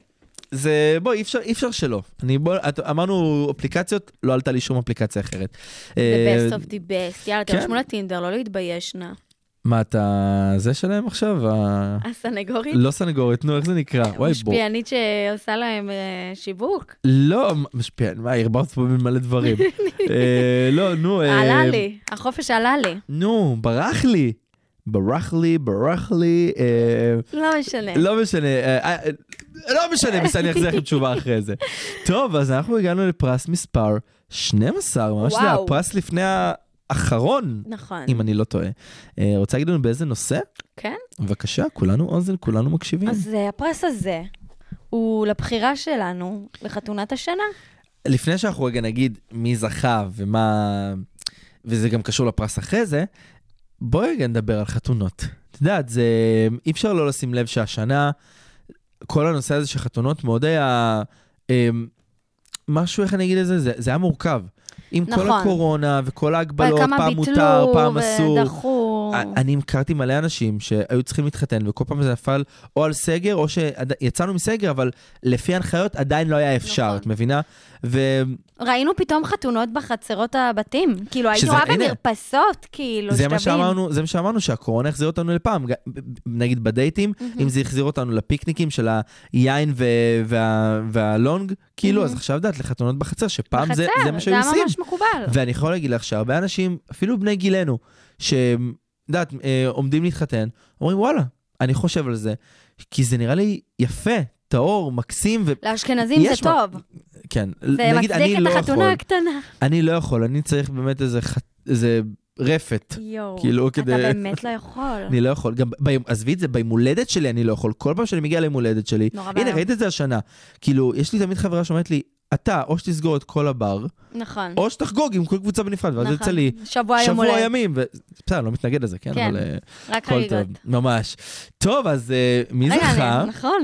[SPEAKER 4] זה, בואי, אי אפשר, אי אפשר שלא. אני, בוא, את, אמרנו אפליקציות, לא עלתה לי שום אפליקציה אחרת.
[SPEAKER 8] The best of the best. יאללה,
[SPEAKER 4] כן.
[SPEAKER 8] תרשמו לטינדר, לא להתבייש נא.
[SPEAKER 4] מה, אתה זה שלהם עכשיו? ה...
[SPEAKER 8] הסנגורית?
[SPEAKER 4] לא סנגורית, נו, איך זה נקרא? וואי, בוא.
[SPEAKER 8] משפיענית שעושה להם אה, שיווק.
[SPEAKER 4] לא, משפיע, מה, הרברת פה במלא דברים. אה, לא, נו. אה,
[SPEAKER 8] עלה לי, החופש עלה לי.
[SPEAKER 4] נו, ברח לי. ברח לי, ברח לי. אה,
[SPEAKER 8] לא משנה.
[SPEAKER 4] לא משנה, אה, אה, לא משנה, בסדר, אני אחזיר לכם תשובה אחרי זה. טוב, אז אנחנו הגענו לפרס מספר שנים עשר, ממש זה
[SPEAKER 8] וואו.
[SPEAKER 4] הפרס לפני האחרון,
[SPEAKER 8] נכון.
[SPEAKER 4] אם אני לא טועה. אה, רוצה להגיד לנו באיזה נושא?
[SPEAKER 8] כן?
[SPEAKER 4] בבקשה, כולנו אוזן, כולנו מקשיבים.
[SPEAKER 8] אז אה, הפרס הזה הוא לבחירה שלנו לחתונת השנה.
[SPEAKER 4] לפני שאנחנו רגע נגיד מי זכה ומה, וזה גם קשור לפרס אחרי זה, בואי רגע נדבר על חתונות. את יודעת, זה, אי אפשר לא לשים לב שהשנה, כל הנושא הזה של חתונות מאוד היה, אמ, משהו, איך אני אגיד את זה, זה, זה היה מורכב. עם כל
[SPEAKER 8] נכון.
[SPEAKER 4] הקורונה וכל ההגבלות,
[SPEAKER 8] כמה
[SPEAKER 4] פעם
[SPEAKER 8] ביטלו
[SPEAKER 4] מותר, פעם אסור.
[SPEAKER 8] ודחו.
[SPEAKER 4] אני הכרתי מלא אנשים שהיו צריכים להתחתן, וכל פעם זה נפל או על סגר, או שיצאנו מסגר, אבל לפי ההנחיות עדיין לא היה אפשר,
[SPEAKER 8] נכון.
[SPEAKER 4] את מבינה? ו...
[SPEAKER 8] ראינו פתאום חתונות בחצרות הבתים. כאילו, הייתי
[SPEAKER 4] שזה-
[SPEAKER 8] רואה
[SPEAKER 4] הנה.
[SPEAKER 8] במרפסות, כאילו,
[SPEAKER 4] זה מה
[SPEAKER 8] שתבין.
[SPEAKER 4] שאמרנו, זה מה שאמרנו, שהקורונה החזיר אותנו לפעם, ג- נגיד בדייטים, אם זה החזיר אותנו לפיקניקים של היין ו- וה- והלונג, כאילו, אז עכשיו דעת לחתונות בחצר, שפעם זה
[SPEAKER 8] בחצר,
[SPEAKER 4] זה מה שהיו
[SPEAKER 8] זה
[SPEAKER 4] עושים.
[SPEAKER 8] היה ממש מקובל.
[SPEAKER 4] ואני יכול להגיד לך שהרבה אנשים, אפילו בני גילנו, שדעת, עומדים להתחתן, אומרים וואלה, אני חושב על זה, כי זה נראה לי יפה, טהור, מקסים, ו...
[SPEAKER 8] לאשכנזים
[SPEAKER 4] יש
[SPEAKER 8] זה
[SPEAKER 4] מה-
[SPEAKER 8] טוב.
[SPEAKER 4] כן,
[SPEAKER 8] זה
[SPEAKER 4] נגיד אני
[SPEAKER 8] מצדיק את
[SPEAKER 4] לא
[SPEAKER 8] החתונה
[SPEAKER 4] יכול,
[SPEAKER 8] הקטנה.
[SPEAKER 4] אני לא יכול, אני צריך באמת איזה ח- איזה רפת.
[SPEAKER 8] יואו,
[SPEAKER 4] כאילו,
[SPEAKER 8] אתה
[SPEAKER 4] כדי-
[SPEAKER 8] באמת לא יכול.
[SPEAKER 4] אני לא יכול, גם, ביום- עזבי את זה, ביום הולדת שלי אני לא יכול, כל פעם שאני מגיע ליום הולדת שלי,
[SPEAKER 8] נורא
[SPEAKER 4] הנה,
[SPEAKER 8] ואיום.
[SPEAKER 4] ראית את זה השנה, כאילו, יש לי תמיד חברה שאומרת לי, אתה, או שתסגור את כל הבר,
[SPEAKER 8] נכון.
[SPEAKER 4] או שתחגוג עם כל קבוצה בנפרד, ואז
[SPEAKER 8] נכון.
[SPEAKER 4] יוצא לי
[SPEAKER 8] שבוע יום
[SPEAKER 4] שבוע
[SPEAKER 8] הולדת.
[SPEAKER 4] ימים, ו- בסדר, אני לא מתנגד לזה, כן,
[SPEAKER 8] כן,
[SPEAKER 4] אבל אה,
[SPEAKER 8] רק
[SPEAKER 4] הכל
[SPEAKER 8] חגיגות.
[SPEAKER 4] טוב, ממש. טוב, אז אה, מי
[SPEAKER 8] רגע,
[SPEAKER 4] זכה?
[SPEAKER 8] אני- נכון.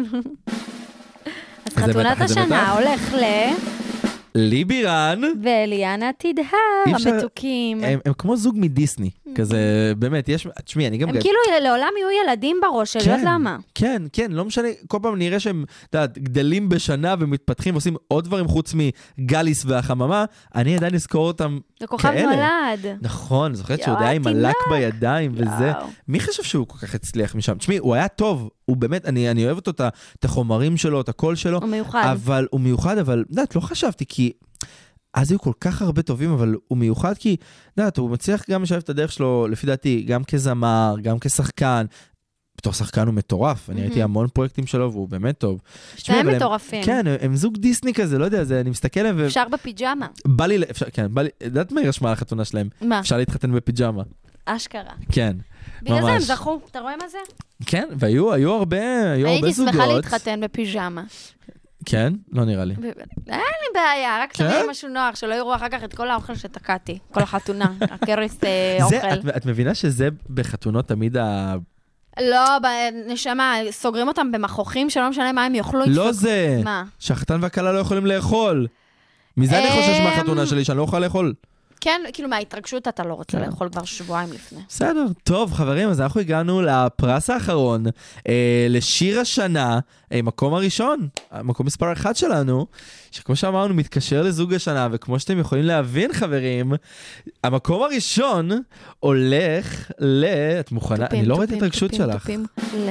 [SPEAKER 8] אז
[SPEAKER 4] זה
[SPEAKER 8] חתונת
[SPEAKER 4] בטח, זה
[SPEAKER 8] השנה
[SPEAKER 4] בטח.
[SPEAKER 8] הולך ל...
[SPEAKER 4] לי בירן,
[SPEAKER 8] ואליאנה תדהר,
[SPEAKER 4] אי אפשר-
[SPEAKER 8] המתוקים.
[SPEAKER 4] הם הם כמו זוג מדיסני, כזה, באמת, יש, תשמעי, אני גם...
[SPEAKER 8] הם כאילו לעולם יהיו ילדים בראש, של יודעת למה.
[SPEAKER 4] כן, כן, לא משנה, כל פעם נראה שהם, אתה יודעת, גדלים בשנה ומתפתחים ועושים עוד דברים חוץ מגליס והחממה, אני עדיין אזכור אותם כאלה.
[SPEAKER 8] זה כוכב נולד.
[SPEAKER 4] נכון, זוכרת שהוא היה עם מלק בידיים וזה. מי חשב שהוא כל כך הצליח משם? תשמעי, הוא היה טוב, הוא באמת, אני, אני אוהב אותו, את החומרים שלו, את הקול שלו.
[SPEAKER 8] הוא מיוחד.
[SPEAKER 4] אבל, הוא מיוחד, אבל, יודעת, לא חשבתי, כי אז היו כל כך הרבה טובים, אבל הוא מיוחד כי, יודעת, הוא מצליח גם לשלב את הדרך שלו, לפי דעתי, גם כזמר, גם כשחקן. בתור שחקן הוא מטורף, אני ראיתי המון פרויקטים שלו, והוא באמת טוב.
[SPEAKER 8] שתיים מטורפים.
[SPEAKER 4] כן, הם זוג דיסני כזה, לא יודע, אני מסתכל עליהם.
[SPEAKER 8] אפשר בפיג'מה.
[SPEAKER 4] בא לי, כן, בא לי, יודעת מה היא רשמה על החתונה שלהם?
[SPEAKER 8] מה?
[SPEAKER 4] אפשר להתחתן בפיג'מה.
[SPEAKER 8] אשכרה.
[SPEAKER 4] כן.
[SPEAKER 8] בגלל זה הם זכו, אתה רואה מה זה?
[SPEAKER 4] כן, והיו, היו הרבה, היו הרבה זוגות.
[SPEAKER 5] הייתי שמחה להתחתן בפיג'מה.
[SPEAKER 4] כן? לא נראה לי.
[SPEAKER 5] אין לי בעיה, רק תראי משהו נוח, שלא יראו אחר כך את כל האוכל שתקעתי, כל החתונה, הקרס אוכל.
[SPEAKER 4] את מבינה שזה בחתונות תמיד ה...
[SPEAKER 5] לא, נשמה, סוגרים אותם במחוכים שלא משנה מה הם יאכלו.
[SPEAKER 4] לא זה, שהחתן והכלה לא יכולים לאכול. מזה אני חושש מהחתונה שלי, שאני לא אוכל לאכול.
[SPEAKER 5] כן, כאילו מההתרגשות אתה לא רוצה לאכול כבר שבועיים לפני.
[SPEAKER 4] בסדר, טוב חברים, אז אנחנו הגענו לפרס האחרון, אה, לשיר השנה, אה, מקום הראשון, מקום מספר אחד שלנו, שכמו שאמרנו מתקשר לזוג השנה, וכמו שאתם יכולים להבין חברים, המקום הראשון הולך ל... את מוכנה?
[SPEAKER 5] טופים,
[SPEAKER 4] אני לא רואה את
[SPEAKER 5] טופים,
[SPEAKER 4] ההתרגשות
[SPEAKER 5] טופים,
[SPEAKER 4] שלך.
[SPEAKER 5] טופים. ל...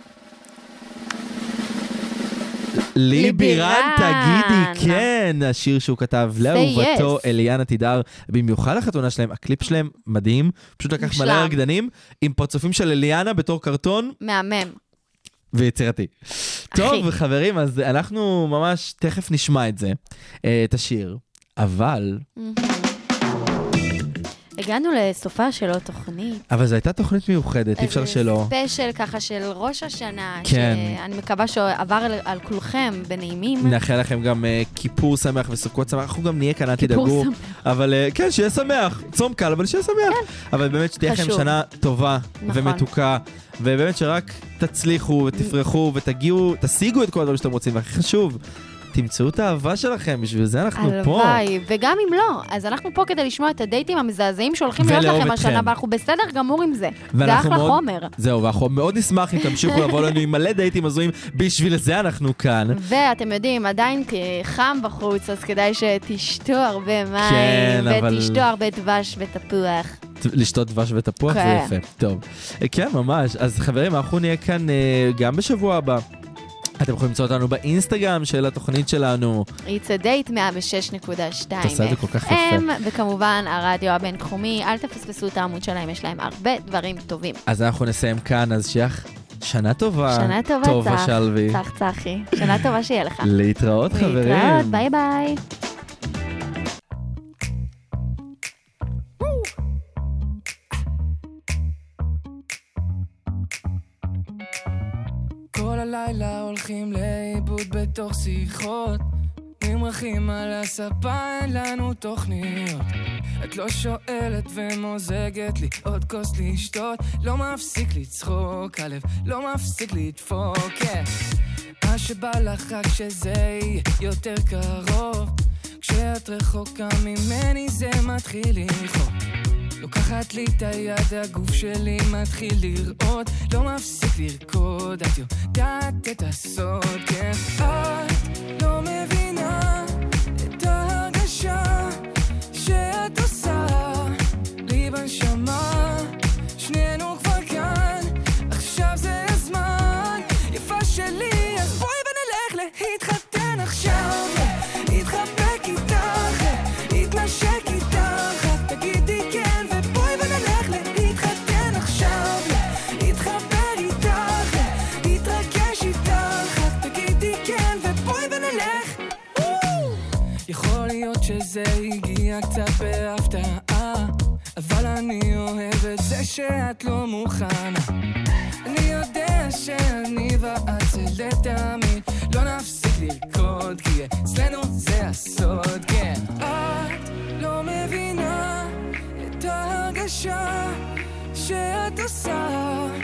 [SPEAKER 4] לי בירן, תגידי, כן, השיר שהוא כתב לאהובתו אליאנה תידר, במיוחד לחתונה שלהם, הקליפ שלהם מדהים, פשוט לקח מלא רקדנים, עם פרצופים של אליאנה בתור קרטון.
[SPEAKER 5] מהמם.
[SPEAKER 4] ויצירתי. טוב, חברים, אז אנחנו ממש תכף נשמע את זה, את השיר, אבל...
[SPEAKER 8] הגענו לסופה של עוד תוכנית.
[SPEAKER 4] אבל זו הייתה תוכנית מיוחדת, אי אפשר שלא.
[SPEAKER 5] ספיישל ככה של ראש השנה,
[SPEAKER 4] כן.
[SPEAKER 5] שאני מקווה שעבר על, על כולכם בנעימים.
[SPEAKER 4] נאחל לכם גם uh, כיפור שמח וסוכות שמח, אנחנו גם נהיה כאן, אל תדאגו. אבל uh, כן, שיהיה שמח. צום קל, אבל שיהיה שמח. כן. אבל באמת שתהיה לכם שנה טובה נכון. ומתוקה, ובאמת שרק תצליחו ותפרחו ותגיעו, תשיגו את כל הדברים שאתם רוצים, והכי חשוב, תמצאו את האהבה שלכם, בשביל זה אנחנו פה.
[SPEAKER 5] הלוואי, וגם אם לא, אז אנחנו פה כדי לשמוע את הדייטים המזעזעים שהולכים להיות לכם השנה, ואנחנו בסדר גמור עם זה. זה אחלה חומר.
[SPEAKER 4] זהו, ואנחנו מאוד נשמח אם תמשיכו לבוא לנו עם מלא דייטים הזויים, בשביל זה אנחנו כאן.
[SPEAKER 5] ואתם יודעים, עדיין חם בחוץ, אז כדאי שתשתו הרבה מים, ותשתו הרבה דבש ותפוח.
[SPEAKER 4] לשתות דבש ותפוח זה יפה. טוב. כן, ממש. אז חברים, אנחנו נהיה כאן גם בשבוע הבא. אתם יכולים למצוא אותנו באינסטגרם של התוכנית שלנו. It's
[SPEAKER 5] a date מאה ושש נקודה שתיים.
[SPEAKER 4] תעשה את זה כל כך יפה.
[SPEAKER 5] וכמובן, הרדיו הבינתחומי, אל תפספסו את העמוד שלהם, יש להם הרבה דברים טובים.
[SPEAKER 4] אז אנחנו נסיים כאן, אז שיח שנה טובה.
[SPEAKER 5] שנה טובה,
[SPEAKER 4] טובה שלוי.
[SPEAKER 5] צח צחי. שנה טובה שיהיה לך.
[SPEAKER 4] להתראות חברים.
[SPEAKER 5] להתראות, ביי ביי.
[SPEAKER 9] לילה הולכים לאיבוד בתוך שיחות, נמרחים על הספה, אין לנו תוכניות. את לא שואלת ומוזגת לי עוד כוס לשתות, לא מפסיק לצחוק, הלב לא מפסיק לדפוק, כן. מה שבא לך רק שזה יהיה יותר קרוב, כשאת רחוקה ממני זה מתחיל לרחוק. לוקחת לי את היד, הגוף שלי מתחיל לראות, לא מפסיק לרקוד, את יודעת את הסוד, כן. את לא מבינה את ההרגשה שאת עושה לי בנשמה, שנינו כבר כאן, עכשיו זה הזמן, יפה שלי, אז בואי ונלך להתחתן עכשיו, להתחבק איתך, להתנשק איתך, תגידי כן. שזה הגיע קצת בהפתעה, אבל אני אוהב את זה שאת לא מוכנה. אני יודע שאני ואת זה לתמיד, לא נפסיק לרקוד, כי אצלנו זה הסוד, כן. את לא מבינה את ההרגשה שאת עושה